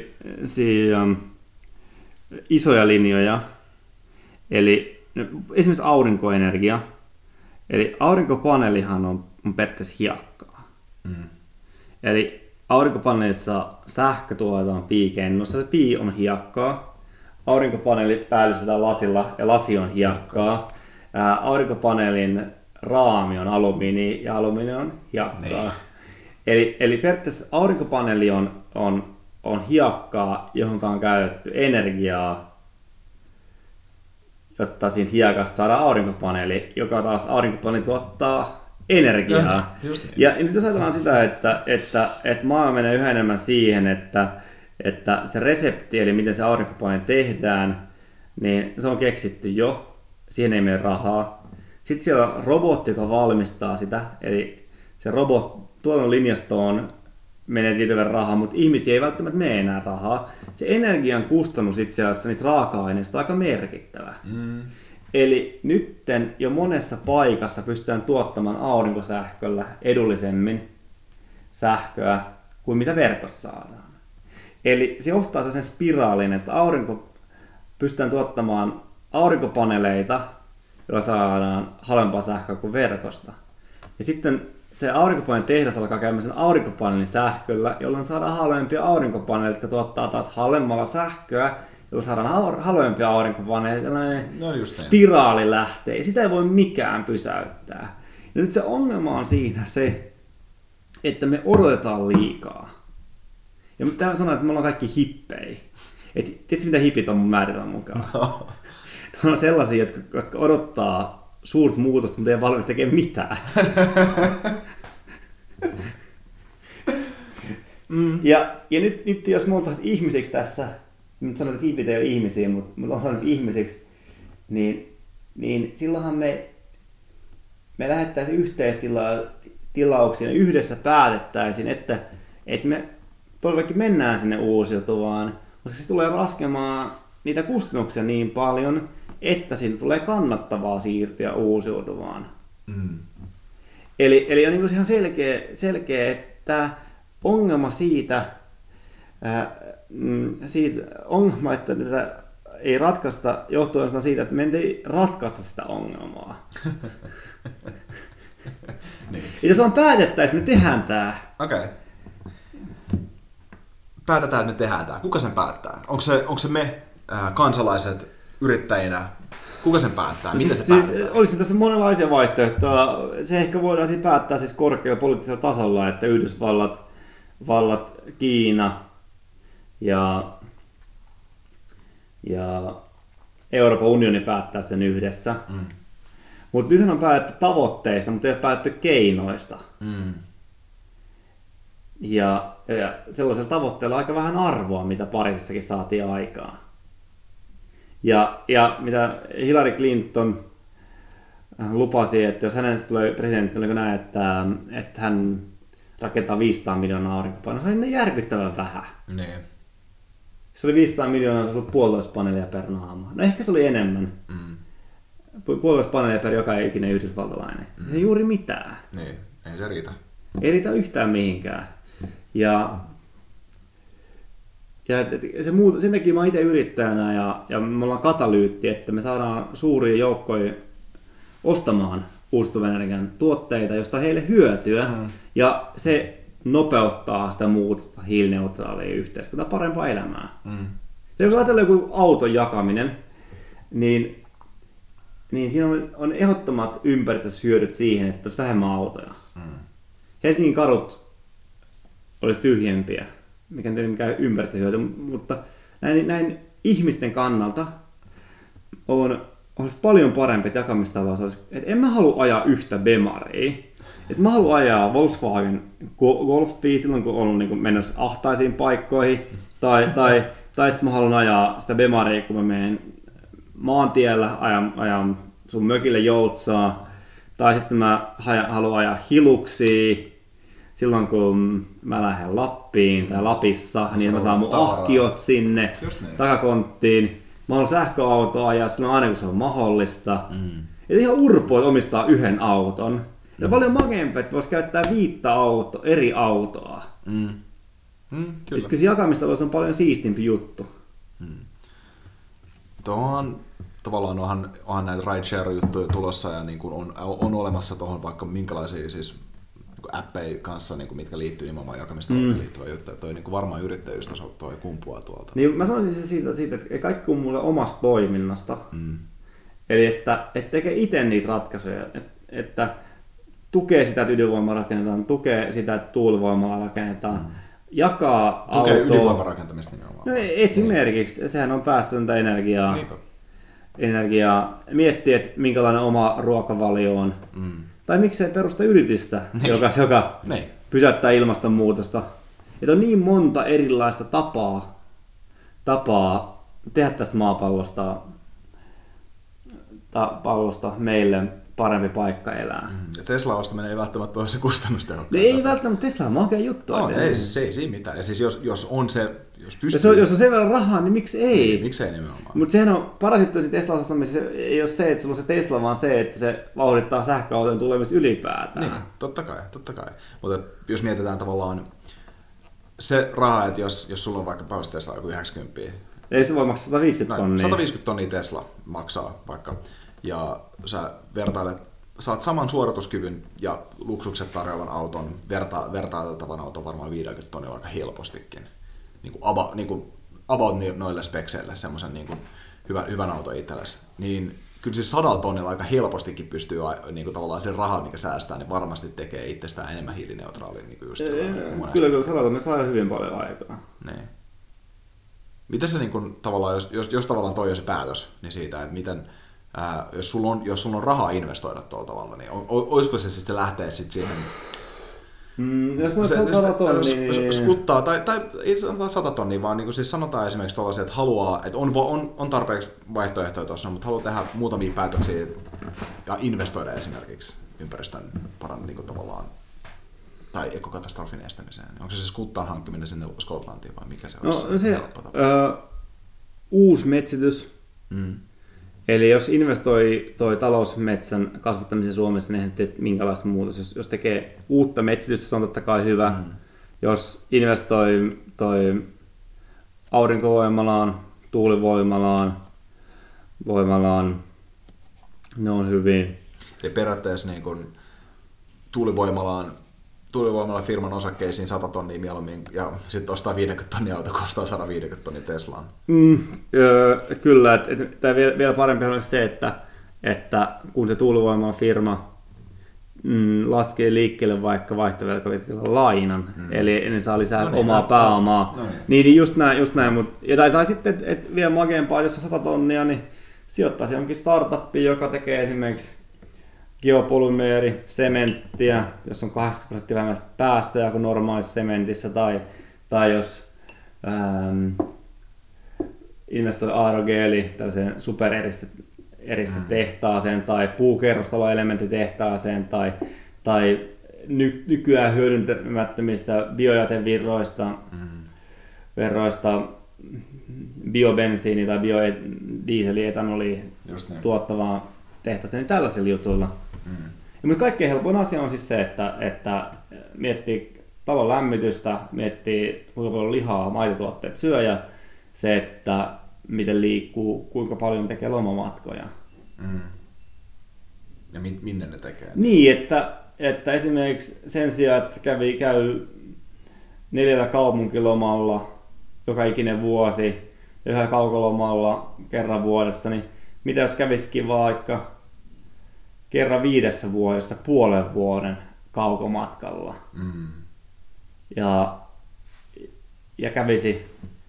isoja linjoja, eli esimerkiksi aurinkoenergia. Eli aurinkopaneelihan on periaatteessa hiekkaa. Eli aurinkopaneelissa sähkö tuotetaan piikennossa, se pii on hiekkaa. Aurinkopaneeli päällystetään lasilla ja lasi on hiekkaa. Aurinkopaneelin raami on alumiini ja alumiini on hiekkaa. Eli periaatteessa aurinkopaneeli on hiekkaa, johon on käytetty energiaa, jotta siitä hiekasta saadaan aurinkopaneeli, joka taas aurinkopaneeli tuottaa energiaa. Ja nyt jos ajatellaan sitä, että maailma menee yhä enemmän siihen, että se resepti, eli miten se aurinkopaneeli tehdään, niin se on keksitty jo, siihen ei mene rahaa. Sitten siellä on robotti, joka valmistaa sitä, eli se tuotannon linjastoon menee tietyn verran rahaa, mutta ihmisiä ei välttämättä mene enää rahaa. Se energian kustannus itse asiassa niistä raaka-aineista on aika merkittävä. Eli nytten jo monessa paikassa pystytään tuottamaan aurinkosähköllä edullisemmin sähköä kuin mitä verkossa saadaan. Eli se johtaa sen spiraalin, että pystytään tuottamaan aurinkopaneeleita, joilla saadaan halvempaa sähköä kuin verkosta. Ja sitten se aurinkopaneelin tehdas alkaa käymään sen aurinkopaneelin sähköllä, jolloin saadaan halvempia aurinkopaneeleita, jotka tuottaa taas halvemmalla sähköä, jolloin saadaan halvempia aurinkopaneeleita. Tällainen spiraali lähtee, ja sitä ei voi mikään pysäyttää. Ja nyt se ongelma on siinä se, että me odotetaan liikaa. Ja tämä sanoo, että me ollaan kaikki hippejä. Tiedätkö mitä hipit on mun määritelmän mukaan? No. Ne on sellaisia, jotka odottaa suurta muutosta, mutta ei valmis tekemään mitään. Ja nyt jos me oltaisiin ihmisiksi tässä, nyt sanon, että hipit ei ole ihmisiä, mutta me ollaan ihmisiksi, niin silloinhan me lähettäisiin yhteistilauksiin ja yhdessä päätettäisiin, että me todellakin mennään sinne uusiutuvaan, koska se tulee laskemaan niitä kustannuksia niin paljon, että siitä tulee kannattavaa siirtyä uusiutuvaan. Eli on niin ihan selkeä, että ongelma siitä ongelma, että tätä ei ratkaista, johtuu siitä, että me ei ratkaista sitä ongelmaa. Niin. Jos vaan päätettäisiin, me tehdään tämä. Okei. Päätetään, että me tehdään tämä. Kuka sen päättää? Onko se me, kansalaiset, yrittäjinä? Kuka sen päättää? Miten se päättää? Olisi tässä monenlaisia vaihtoehtoja. Se ehkä voitaisiin päättää siis korkealla poliittisella tasolla, että Yhdysvallat, Kiina ja Euroopan unioni päättää sen yhdessä. Mutta nythän on päätetty tavoitteista, mutta ei ole päätetty keinoista. Ja sellaisella tavoitteella on aika vähän arvoa, mitä Pariisissakin saatiin aikaan. Ja mitä Hillary Clinton lupasi, että jos hänestä tulee presidentti, niin näin, että hän rakentaa 500 miljoonaa aurinkopaneelia, se oli järkyttävän vähän. Niin. Se oli 500 miljoonaa, se oli 1,5 paneelia per naama. No ehkä se oli enemmän. 1,5 paneelia per joka ikinen yhdysvaltalainen. Ei juuri mitään. Niin, ei se riitä. Ei riitä yhtään mihinkään. Ja sen takia mä itse yrittäjänä ja me ollaan katalyytti, että me saadaan suuria joukkoja ostamaan uusiutuvan energian tuotteita, josta heille hyötyä. Ja se nopeuttaa sitä muutosta hiilineutraalia yhteiskuntaa, parempaa elämää. Ja jos ajatellaan joku auton jakaminen, niin siinä on ehdottomat ympäristöhyödyt siihen, että olisi vähemmän autoja. Helsingin kadut olisi tyhjempiä, mikä ei mikään ympäristöhyöty, mutta näin ihmisten kannalta olisi paljon parempi, että jakamistapa olisi, että en mä halua ajaa yhtä Bemaria. Että mä haluan ajaa Volkswagen Golfia silloin, kun on niin menossa ahtaisiin paikkoihin, tai sitten mä haluan ajaa sitä Bemaria, kun mä menen maantiellä, ajan sun mökille Joutsaa, tai sitten mä haluan ajaa Hiluksia silloin, kun mä lähden Lappiin tai Lapissa, niin mä saan mun ahkiot sinne takakonttiin. Mä haluan sähköautoa ajaa silloin aina, kun se on mahdollista. Et ihan urpoa omistaa yhden auton. Ja paljon makeampaa, että voisi käyttää 5 eri autoa. Kyllä. Kyllä jakamistaloudessa on paljon siistimpi juttu. Tuohon tavallaan onhan näitä rideshare-juttuja tulossa ja niin kuin on olemassa tuohon vaikka minkälaisia siis niin appeja kanssa, niin kuin mitkä liittyy nimenomaan jakamistalouteen liittyvä juttu. Toi niin kuin varmaan yrittäjyystaso toi kumpuaa tuolta. Niin mä sanoisin siitä, että kaikki kumpuu omasta toiminnasta. Eli että tekee itse niitä ratkaisuja. Että tukee sitä, että ydinvoimaa rakennetaan, tukee sitä, että tuulivoimalla rakennetaan, jakaa autoa. Tukee ydinvoimarakentamista nimenomaan. No, esimerkiksi, sehän on päästötöntä energiaa. Miettii, että minkälainen oma ruokavalio on. Tai miksei perusta yritystä, joka pysäyttää ilmastonmuutosta. Että on niin monta erilaista tapaa tehdä tästä maapallosta meille parempi paikka elää. Ja Tesla ostaminen ei välttämättä ole se kustannustehokkain. Ei välttämättä, Tesla on makea juttu. Ei siinä mitään. Ja siis jos on se, jos pystyy... Jos on sen verran rahaa, niin miksi ei? Niin, miksi ei nimenomaan? Mutta sehän on paras juttu Teslan ostamisessa, ei ole se, että sulla on se Tesla, vaan se, että se vauhdittaa sähköautojen tulemista ylipäätään. Niin, totta kai. Mutta jos mietitään tavallaan se raha, että jos sulla on vaikka päivässä Tesla joku 90, ei se voi maksaa 150 tonnia. 150 tonnia Tesla maksaa vaikka. Ja sä saat saman suorituskyvyn ja luksukset tarjoavan auton, vertailtavan auton varmaan 50 tonnilla aika helpostikin. About noille spekseille semmoisen niin kuin hyvän auton itsellesi. Niin kyllä siis 100 tonnilla aika helpostikin pystyy niin kuin tavallaan sen rahan, mikä säästää, niin varmasti tekee itsestään enemmän hiilineutraalia. Niin kuin just kyllä 100 tonnia saa hyvin paljon aikaa. Niin. Miten se niin kuin, tavallaan, jos tavallaan toi on se päätös, niin siitä, että miten... Jos sulla on rahaa investoida tuolla tavalla, niin olisiko se sitten lähteä sitten siihen... Jos mä 100 tonnia... Skuttaa, tai ei sanotaan 100 tonnia, vaan niin siis sanotaan esimerkiksi tuollaisia, että haluaa, että on tarpeeksi vaihtoehtoja tuossa, mutta haluaa tehdä muutamia päätöksiä ja investoida esimerkiksi ympäristön niin tavallaan, tai ekokatastrofin estämiseen. Onko se skuttaan hankkiminen sinne Skotlantiin vai mikä se olisi? No se uusi metsitys. Eli jos investoi toi talousmetsän kasvattamisen Suomessa, niin ei tee minkälaista muutosta. Jos tekee uutta metsitystä, se on totta kai hyvä. Jos investoi toi aurinkovoimalaan, tuulivoimalaan, ne on hyvin. Eli periaatteessa niin kun tuulivoimala firman osakkeisiin 100 tonnia mieluummin ja sitten ostaa 50 tonnia auto, kun ostaa 150 tonnia Teslaan. Kyllä, että vielä parempi on se, että kun se tuulivoimala firma laskee liikkeelle vaikka vaihtovelkavirkkeellä lainan, eli ne saa lisää omaa pääomaa, niin just näin. Tai sitten, että vielä makeampaa, jos on 100 tonnia, niin sijoittaisi jonkin startuppiin, joka tekee esimerkiksi geopolymeeri, sementtiä, jos on 80% vähemmän päästöjä kuin normaalissa sementissä, tai jos investoi aerogeeli tällaiseen supereristetehtaaseen tai puukerrostaloelementtitehtaaseen tai nykyään hyödyntämättömistä biojätevirroista, biobensiini tai biodieseli, etanoli tuottavaa tehtaaseen, niin tällaisilla jutuilla. Ja kaikkein helpoin asia on siis se, että miettii talon lämmitystä, miettii kuinka paljon lihaa, maitotuotteet syö ja se, että miten liikkuu, kuinka paljon tekee lomamatkoja. Ja minne ne tekee? Niin, että esimerkiksi sen sijaan, että käy 4 kaupunkilomalla joka ikinen vuosi ja 1 kaukolomalla kerran vuodessa, niin mitä jos kävisikin vaikka kerran 5 vuodessa puolen vuoden kaukomatkalla ja kävisi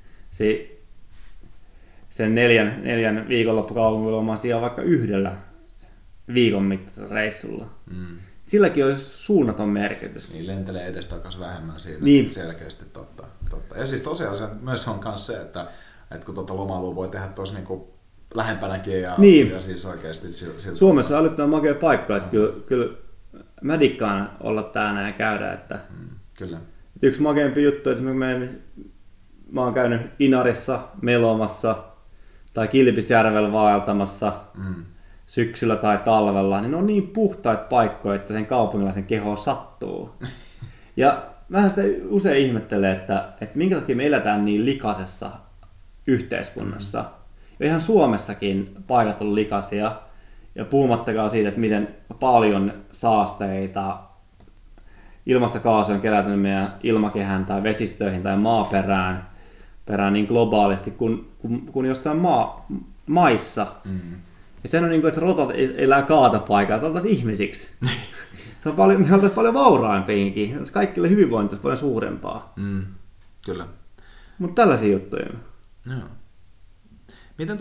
sen 4 viikonloppukaupunkiloman sijaan vaikka 1 viikon mittaisella reissulla. Silläkin olisi suunnaton merkitys. Niin, lentelee edestakaisin vähemmän siinä. Niin. Selkeästi totta. Ja siis tosiaan se myös on myös se, että kun lomailua voi tehdä tuossa niinku lähempänäkin ja siis oikeasti... Suomessa on älyttömän makea paikka, että kyllä mä dikkaan olla täällä ja käydä. Että kyllä. Yksi makeampi juttu, että mä oon käynyt Inarissa melomassa tai Kilpisjärvellä vaeltamassa syksyllä tai talvella, niin ne on niin puhtaita paikkoja, että sen kaupungilaisen keho sattuu. Ja mä sitä usein ihmettelen, että minkä takia me eletään niin likaisessa yhteiskunnassa. Ja ihan Suomessakin paikat on likaisia, ja puhumattakaan siitä, että miten paljon saasteita ilmastokaasuja on kerätynyt meidän ilmakehään tai vesistöihin tai maaperään niin globaalisti kuin jossain maissa. Ja sehän on niin kuin, että rotat elää kaatopaikalla, oltaisiin ihmisiksi. Se on paljon, me oltaisiin paljon vauraampiinkin. Kaikille hyvinvointi olisi paljon suurempaa. Kyllä. Mutta tällaisia juttuja. Joo. Miten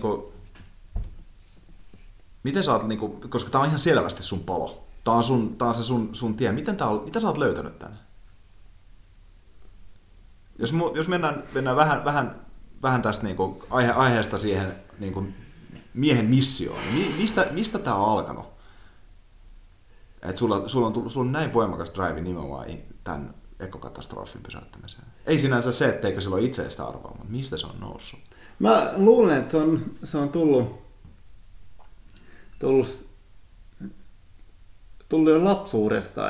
miten sä oot, koska tää on ihan selvästi sun palo. Tää on se sun tie. Miten sä oot löytänyt tän? Jos mennään vähän tästä aiheesta siihen miehen missioon, niin mistä tää on alkanut? Että sulla on näin voimakas drive nimenomaan tämän ekokatastrofin pysäyttämiseen. Ei sinänsä se, etteikö sillä ole itseistä arvoa, mutta mistä se on noussut? Mä luulen, että se on tullut jo lapsuudesta,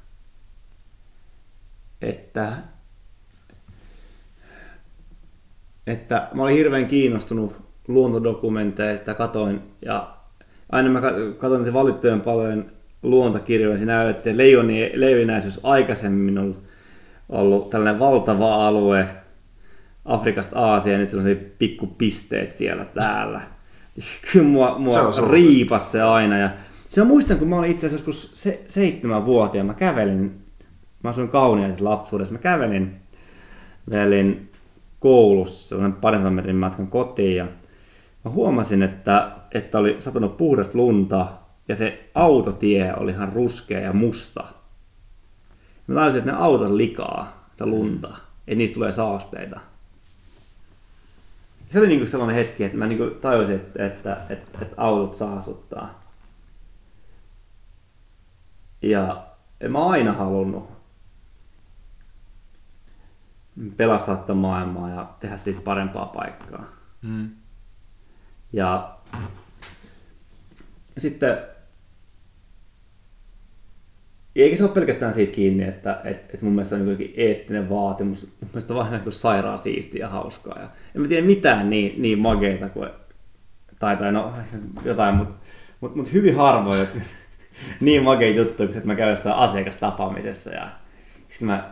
että mä olin hirveän kiinnostunut luontodokumenteista, katoin ja aina mä katsoin sen valittujen paljon luontokirjoja. Siinä näytettiin, että leijonäisyys aikaisemmin on ollut tällainen valtava alue Afrikasta Aasiaan, nyt sellaisia pikkupisteet siellä täällä. Kyllä mua riipas se aina. Ja se muistan, kun mä olin itse asiassa joskus 7-vuotiaan, mä asuin Kauniaisessa lapsuudessa, mä kävelin koulussa sellainen 200 metrin matkan kotiin ja mä huomasin, että oli satanut puhdasta lunta ja se autotie oli ihan ruskea ja musta. Mä tajusin, että ne autot likaa sitä lunta, että niistä tulee saasteita. Se oli niinku sellainen hetki, että mä niinku tajusin, että autot saastuttaa. Ja mä oon aina halunnut pelastaa tätä maailmaa ja tehdä siitä parempaa paikkaa. Ja sitten eikä se ole pelkästään siitä kiinni, että mun mielestä on jokin eettinen vaatimus. Mun mielestä on vähän sairaan siistiä ja hauskaa. Ja en mä tiedä mitään niin mageita kuin tai no jotain, mutta hyvin harvoin niin mageita juttuja, että mä käyn jossain asiakastapaamisessa ja sitten mä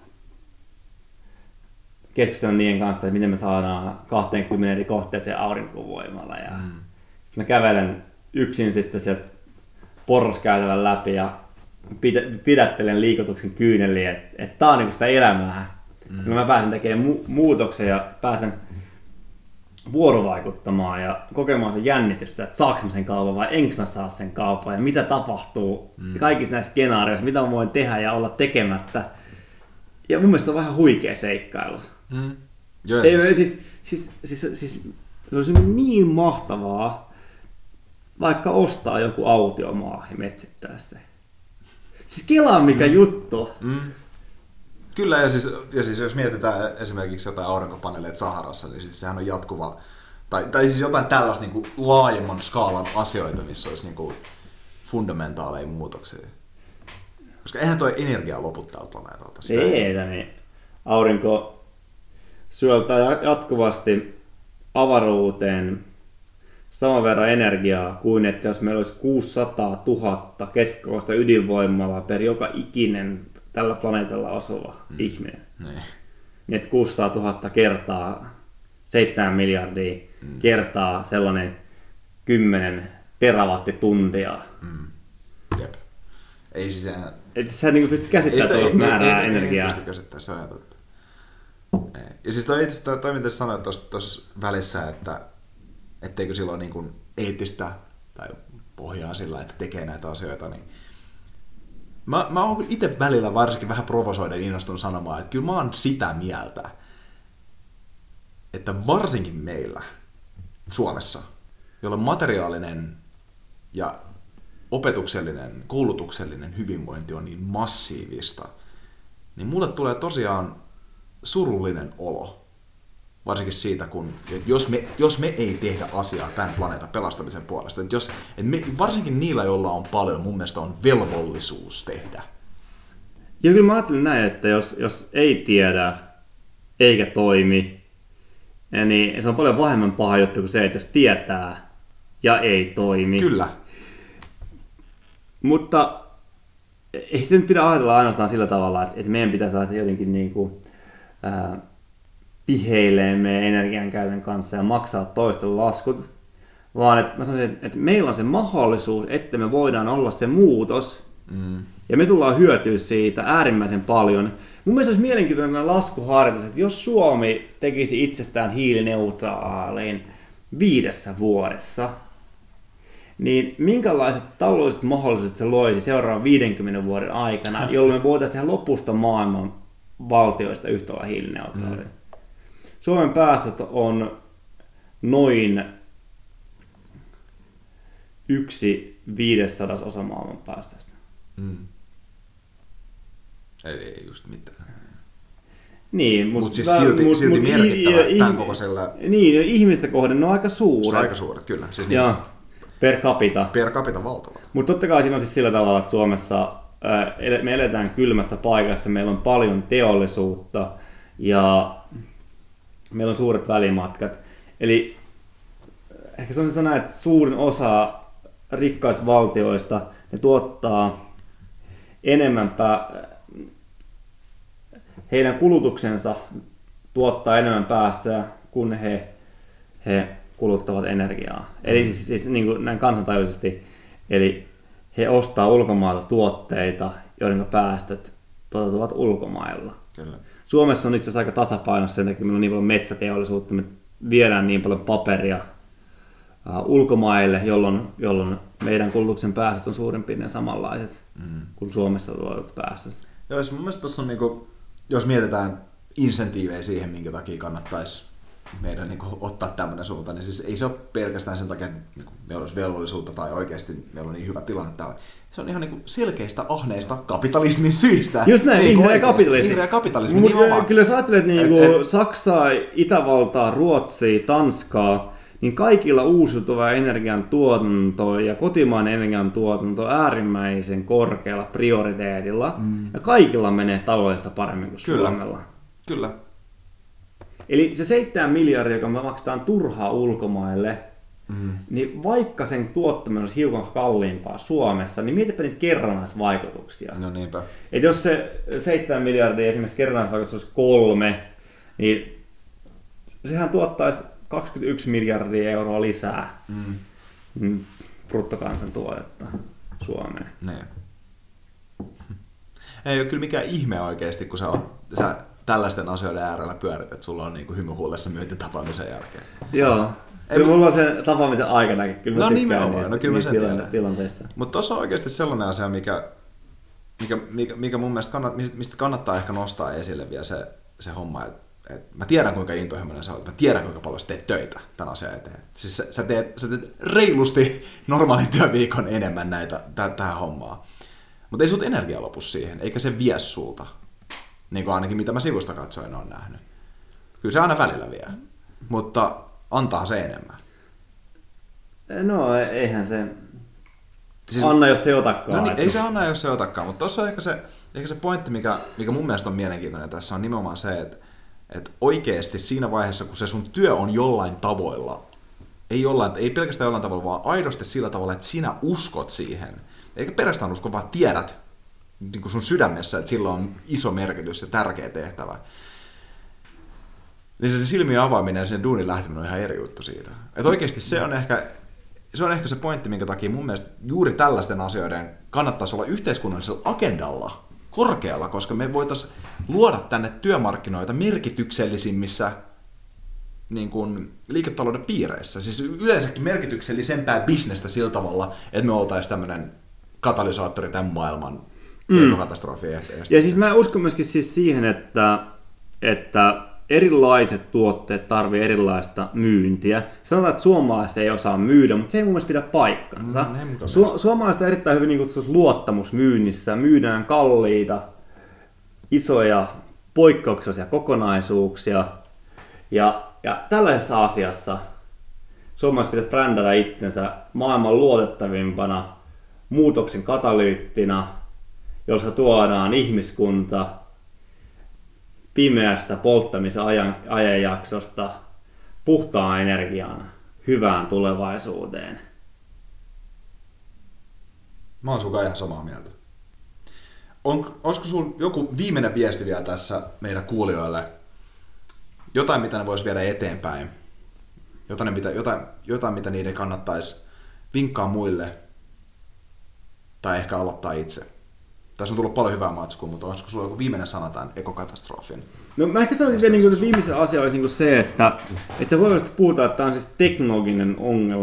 keskustelen niiden kanssa, että miten me saadaan 20 eri kohteeseen aurinkovoimalla. Ja sitten mä kävelen yksin sitten sieltä porraskäytävän läpi ja pidättelen liikutuksen kyyneliin, että tää on niinku sitä elämää. Mä pääsen tekemään muutoksen ja pääsen vuorovaikuttamaan ja kokemaan sen jännitystä, että saaks mä sen kaupan vai enkö mä saa sen kaupan ja mitä tapahtuu kaikissa näissä skenaarioissa, mitä mä voin tehdä ja olla tekemättä. Ja mun mielestä se on vähän huikea seikkailu. Joo, siis se olisi niin mahtavaa, vaikka ostaa joku autiomaa ja metsittää se. Siis kelaa mikä juttu. Kyllä, ja siis jos mietitään esimerkiksi jotain aurinkopaneeleita Saharassa, niin siis sehän on jatkuva, tai siis jotain tällaista niin kuin laajemman skaalan asioita, missä olisi niin kuin fundamentaaleja muutoksia. Koska eihän tuo energia lopu tältä planeetalta. Niin aurinko syöltää jatkuvasti avaruuteen saman verran energiaa kuin että jos meillä olisi 600 000 keskikokoista ydinvoimalaa per joka ikinen tällä planeetalla asuva ihminen. Niin että 600 000 kertaa 7 miljardia kertaa sellainen 10 terawattituntia. Jep. Ei siis enää... Että sä niin pystyt käsittämään tuollaista määrää energiaa. Ei pysty käsittämään, se on ihan totta. Ja siis toi mitä sanoit tuossa välissä, että etteikö silloin niin kuin eettistä tai pohjaa sillä, että tekee näitä asioita, niin mä oon itse välillä varsinkin vähän provosoiden innostunut sanomaan, että kyllä mä oon sitä mieltä, että varsinkin meillä Suomessa, jolla materiaalinen ja opetuksellinen, koulutuksellinen hyvinvointi on niin massiivista, niin mulle tulee tosiaan surullinen olo. Varsinkin siitä, kun jos me ei tehdä asiaa tämän planeetan pelastamisen puolesta. Varsinkin niillä, joilla on paljon, mun mielestä on velvollisuus tehdä. Ja kyllä mä ajattelin näin, että jos ei tiedä eikä toimi, niin se on paljon vähemmän paha juttu kuin se, että jos tietää ja ei toimi. Kyllä. Mutta ei se nyt pidä ajatella ainoastaan sillä tavalla, että meidän pitäisi lähteä jotenkin niin kuin, piheilee meidän energiankäytön kanssa ja maksaa toisten laskut, vaan että mä sanoisin, että meillä on se mahdollisuus, että me voidaan olla se muutos ja me tullaan hyötyä siitä äärimmäisen paljon. Mun mielestä olisi mielenkiintoinen laskuharjoitus, että jos Suomi tekisi itsestään hiilineutraaliin 5 vuodessa, niin minkälaiset taloudelliset mahdollisuudet se loisi seuraavan 50 vuoden aikana, jolloin me voitaisiin tehdä lopusta maailman valtioista yhtä lailla hiilineutraalia. Suomen päästöt on noin 1/500 maailman päästöistä. Ei just mitään. Niin, mutta siis silti merkittävä tämän kokoisella... Niin, ihmistä kohden ne on aika suuret. Se on aika suuret, kyllä. Siis ja niin, per capita. Per capita valtava. Mutta totta kai siinä on siis sillä tavalla, että Suomessa me eletään kylmässä paikassa, meillä on paljon teollisuutta ja meillä on suuret välimatkat. Eli ehkä se on se näin, että suurin osa rikkaista valtioista ne tuottaa enemmän heidän kulutuksensa tuottaa enemmän päästöjä kuin he kuluttavat energiaa. Eli siis niin kuin näin kansantajuisesti, eli he ostaa ulkomailta tuotteita, joiden päästöt toteutuvat ulkomailla. Kyllä. Suomessa on itse asiassa aika tasapainossa sen takia, meillä on niin paljon metsäteollisuutta, me viedään niin paljon paperia ulkomaille, jolloin meidän kulutuksen päästöt on suurin piirtein samanlaiset kuin Suomessa tuotetut päästöt. Joo, mun mielestä tuossa on, niinku, jos mietitään insentiivejä siihen, minkä takia kannattaisi meidän ottaa tämmöinen suunta, niin siis ei se ole pelkästään sen takia, että meillä olisi velvollisuutta tai oikeasti meillä on niin hyvä tilanne täällä. Se on ihan selkeistä ahneista kapitalismin syistä. Just näin, vihreä kapitalismi. Nimenomaan. Kyllä jos ajattelet Saksaa, Itävaltaa, Ruotsia, Tanskaa, niin kaikilla uusiutuva energiantuotanto ja kotimainen energiantuotanto äärimmäisen korkealla prioriteetilla. Ja kaikilla menee taloudessa paremmin kuin Suomella. Kyllä. Eli se 7 miljardia, joka me maksetaan turhaa ulkomaille, niin vaikka sen tuottaminen olisi hiukan kalliimpaa Suomessa, niin mietipä niitä kerrannaisvaikutuksia. No niinpä. Et jos se 7 miljardia esimerkiksi kerrannaisvaikutus olisi 3, niin sehän tuottaisi 21 miljardia euroa lisää bruttokansantuotetta Suomeen. Niin. Ei ole kyllä mikään ihme oikeasti, kun sä tällaisten asioiden äärellä pyörit, että sulla on niin kuin hymy huulessa myyntitapaamisen jälkeen? Joo. Kyllä mulla on se tapaamisen aikanakin. Kyllä no nimenomaan, no kyllä mä sen tiedän. Tilanteesta. Mutta tuossa on oikeasti sellainen asia, mikä mun mielestä mistä kannattaa ehkä nostaa esille vielä se homma, että mä tiedän kuinka intohimoinen sä oot, mä tiedän kuinka paljon sä teet töitä tämän asian eteen. Siis sä teet reilusti normaalin työviikon enemmän tähän hommaan. Mutta ei sulta energia lopu siihen, eikä se vie sulta. Niin kuin ainakin mitä mä sivusta katsoen on nähnyt. Kyllä se aina välillä vie, mutta antaa se enemmän. No eihän se siis, anna jos se otakaan. No niin, ei se anna jos se otakaan, mutta tuossa on ehkä se pointti, mikä mun mielestä on mielenkiintoinen tässä on nimenomaan se, että oikeasti siinä vaiheessa, kun se sun työ on jollain tavoilla, ei pelkästään jollain tavalla, vaan aidosti sillä tavalla, että sinä uskot siihen, eikä pelkästään usko, vaan tiedät niin kuin sun sydämessä, että sillä on iso merkitys ja tärkeä tehtävä. Niin se silmien avaaminen ja sen duunin lähteminen on ihan eri juttu siitä. Että oikeasti se on ehkä se pointti, minkä takia mun mielestä juuri tällaisten asioiden kannattaisi olla yhteiskunnallisella agendalla korkealla, koska me voitaisiin luoda tänne työmarkkinoita merkityksellisimmissä niin kuin liiketalouden piireissä. Siis yleensäkin merkityksellisempää bisnestä sillä tavalla, että me oltaisiin tämmöinen katalysaattori tämän maailman ekokatastrofien ehkäisemisessä. Ja siis mä uskon myöskin siis siihen, että erilaiset tuotteet tarvii erilaista myyntiä. Sanotaan, että suomalaiset ei osaa myydä, mutta se ei mun mielestä pidä paikkansa. Suomalaiset on erittäin hyvin niin luottamusmyynnissä. Myydään kalliita, isoja, poikkeuksellisia kokonaisuuksia. Ja tällaisessa asiassa suomalaiset pitäisi brändätä itsensä maailman luotettavimpana muutoksen katalyyttina, jossa tuodaan ihmiskunta pimeästä polttamisen ajanjaksosta puhtaan energiaan hyvään tulevaisuuteen. Mä oon sun ihan samaa mieltä. Olisiko sun joku viimeinen viesti vielä tässä meidän kuulijoille? Jotain, mitä ne vois viedä eteenpäin? Jotain, mitä niiden kannattaisi vinkkaa muille? Tai ehkä aloittaa itse? Tässä on tullut paljon hyvää matskua, mutta olisiko sulla joku viimeinen sana tämän ekokatastrofin? No mä ehkä sanoisin vielä niin viimeisen asia olisi niin se, että voimakkaasti puhutaan, että tämä on siis teknologinen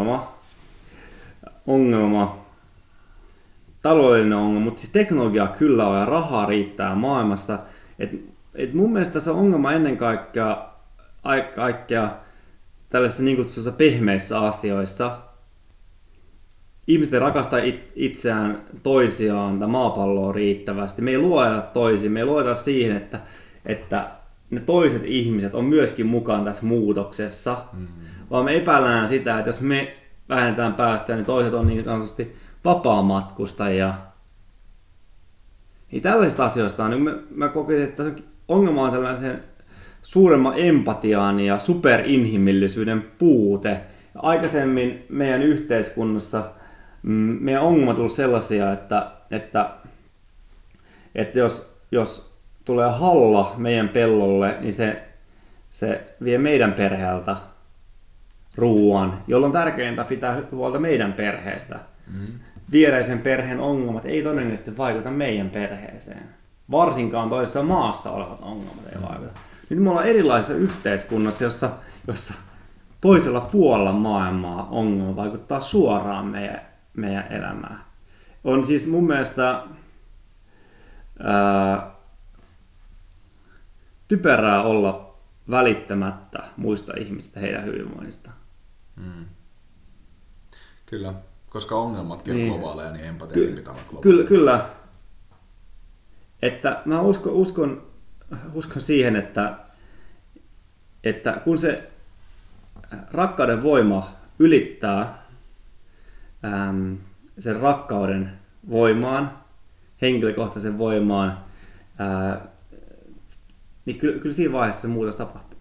ongelma, taloudellinen ongelma, mutta siis teknologiaa kyllä on ja rahaa riittää maailmassa. Et mun mielestä tässä on ongelma ennen kaikkea tällaisissa niin kutsuissa pehmeissä asioissa. Ihmiset ei rakasta itseään toisiaan tai maapalloa riittävästi. Me ei luota toisiin, me ei luota siihen, että ne toiset ihmiset on myöskin mukaan tässä muutoksessa, vaan me epäillään sitä, että jos me vähennetään päästöjä, niin toiset on niin sanotusti vapaamatkustajia. Niin tällaisista asioista niin mä kokisin, että ongelma on tällaisen suuremman empatian ja superinhimillisyyden puute. Aikaisemmin meidän yhteiskunnassa meidän ongelmat on tullut sellaisia, että jos tulee halla meidän pellolle, niin se vie meidän perheeltä ruoan, jolloin tärkeintä pitää huolta meidän perheestä. Viereisen perheen ongelmat ei todennäköisesti vaikuta meidän perheeseen. Varsinkaan toisessa maassa olevat ongelmat ei vaikuta. Nyt me ollaan erilaisessa yhteiskunnassa, jossa toisella puolella maailmaa ongelma vaikuttaa suoraan meidän elämään. On siis mun mielestä typerää olla välittämättä muista ihmistä heidän hyvinvoinnista. Kyllä, koska ongelmatkin on globaaleja, niin empatiakin pitää olla globaaleja. Kyllä. Että mä uskon siihen, että kun se rakkauden voima ylittää sen rakkauden voimaan, henkilökohtaisen voimaan, niin kyllä siinä vaiheessa se muutos tapahtuu.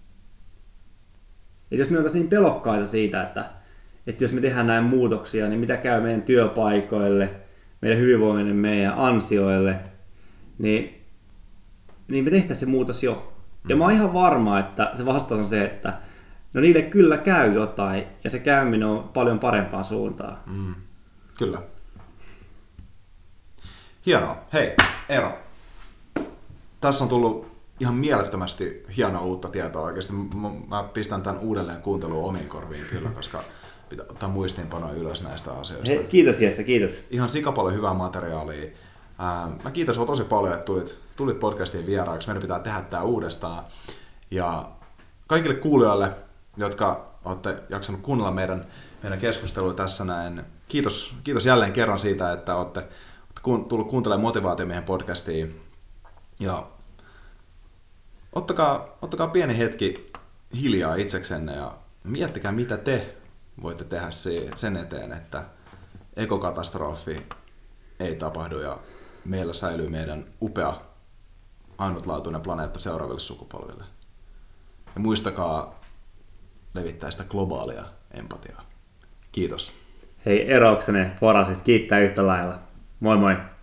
Et jos me oltaisiin niin pelokkaita siitä, että jos me tehdään näin muutoksia, niin mitä käy meidän työpaikoille, meidän hyvinvoinnille, meidän ansioille, niin me tehtäisiin se muutos jo. Ja mä oon ihan varma, että se vastaus on se, että no niille kyllä käy jotain, ja se käyminen on paljon parempaan suuntaan. Kyllä. Hienoa. Hei, Eero. Tässä on tullut ihan mielettömästi hienoa uutta tietoa oikeasti. Mä pistän tämän uudelleen kuunteluun omiin korviin kyllä, koska pitää ottaa muistiinpanoja ylös näistä asioista. Hei, kiitos Jesse, kiitos. Ihan sikapallo hyvää materiaalia. Mä kiitos sinua tosi paljon, että tulit podcastiin vieraaksi. Meidän pitää tehdä tämä uudestaan. Ja kaikille kuulijoille, jotka olette jaksanut kuunnella meidän keskustelua tässä näin, kiitos jälleen kerran siitä, että olette tullut kuuntelemaan Motivaatiomiehen podcastiin. Ja ottakaa pieni hetki hiljaa itseksenne ja miettikää, mitä te voitte tehdä sen eteen, että ekokatastrofi ei tapahdu ja meillä säilyy meidän upea, ainutlaatuinen planeetta seuraaville sukupolville. Ja muistakaa levittää sitä globaalia empatiaa. Kiitos. Hei, Eroksanen Forasit kiittää yhtä lailla. Moi moi!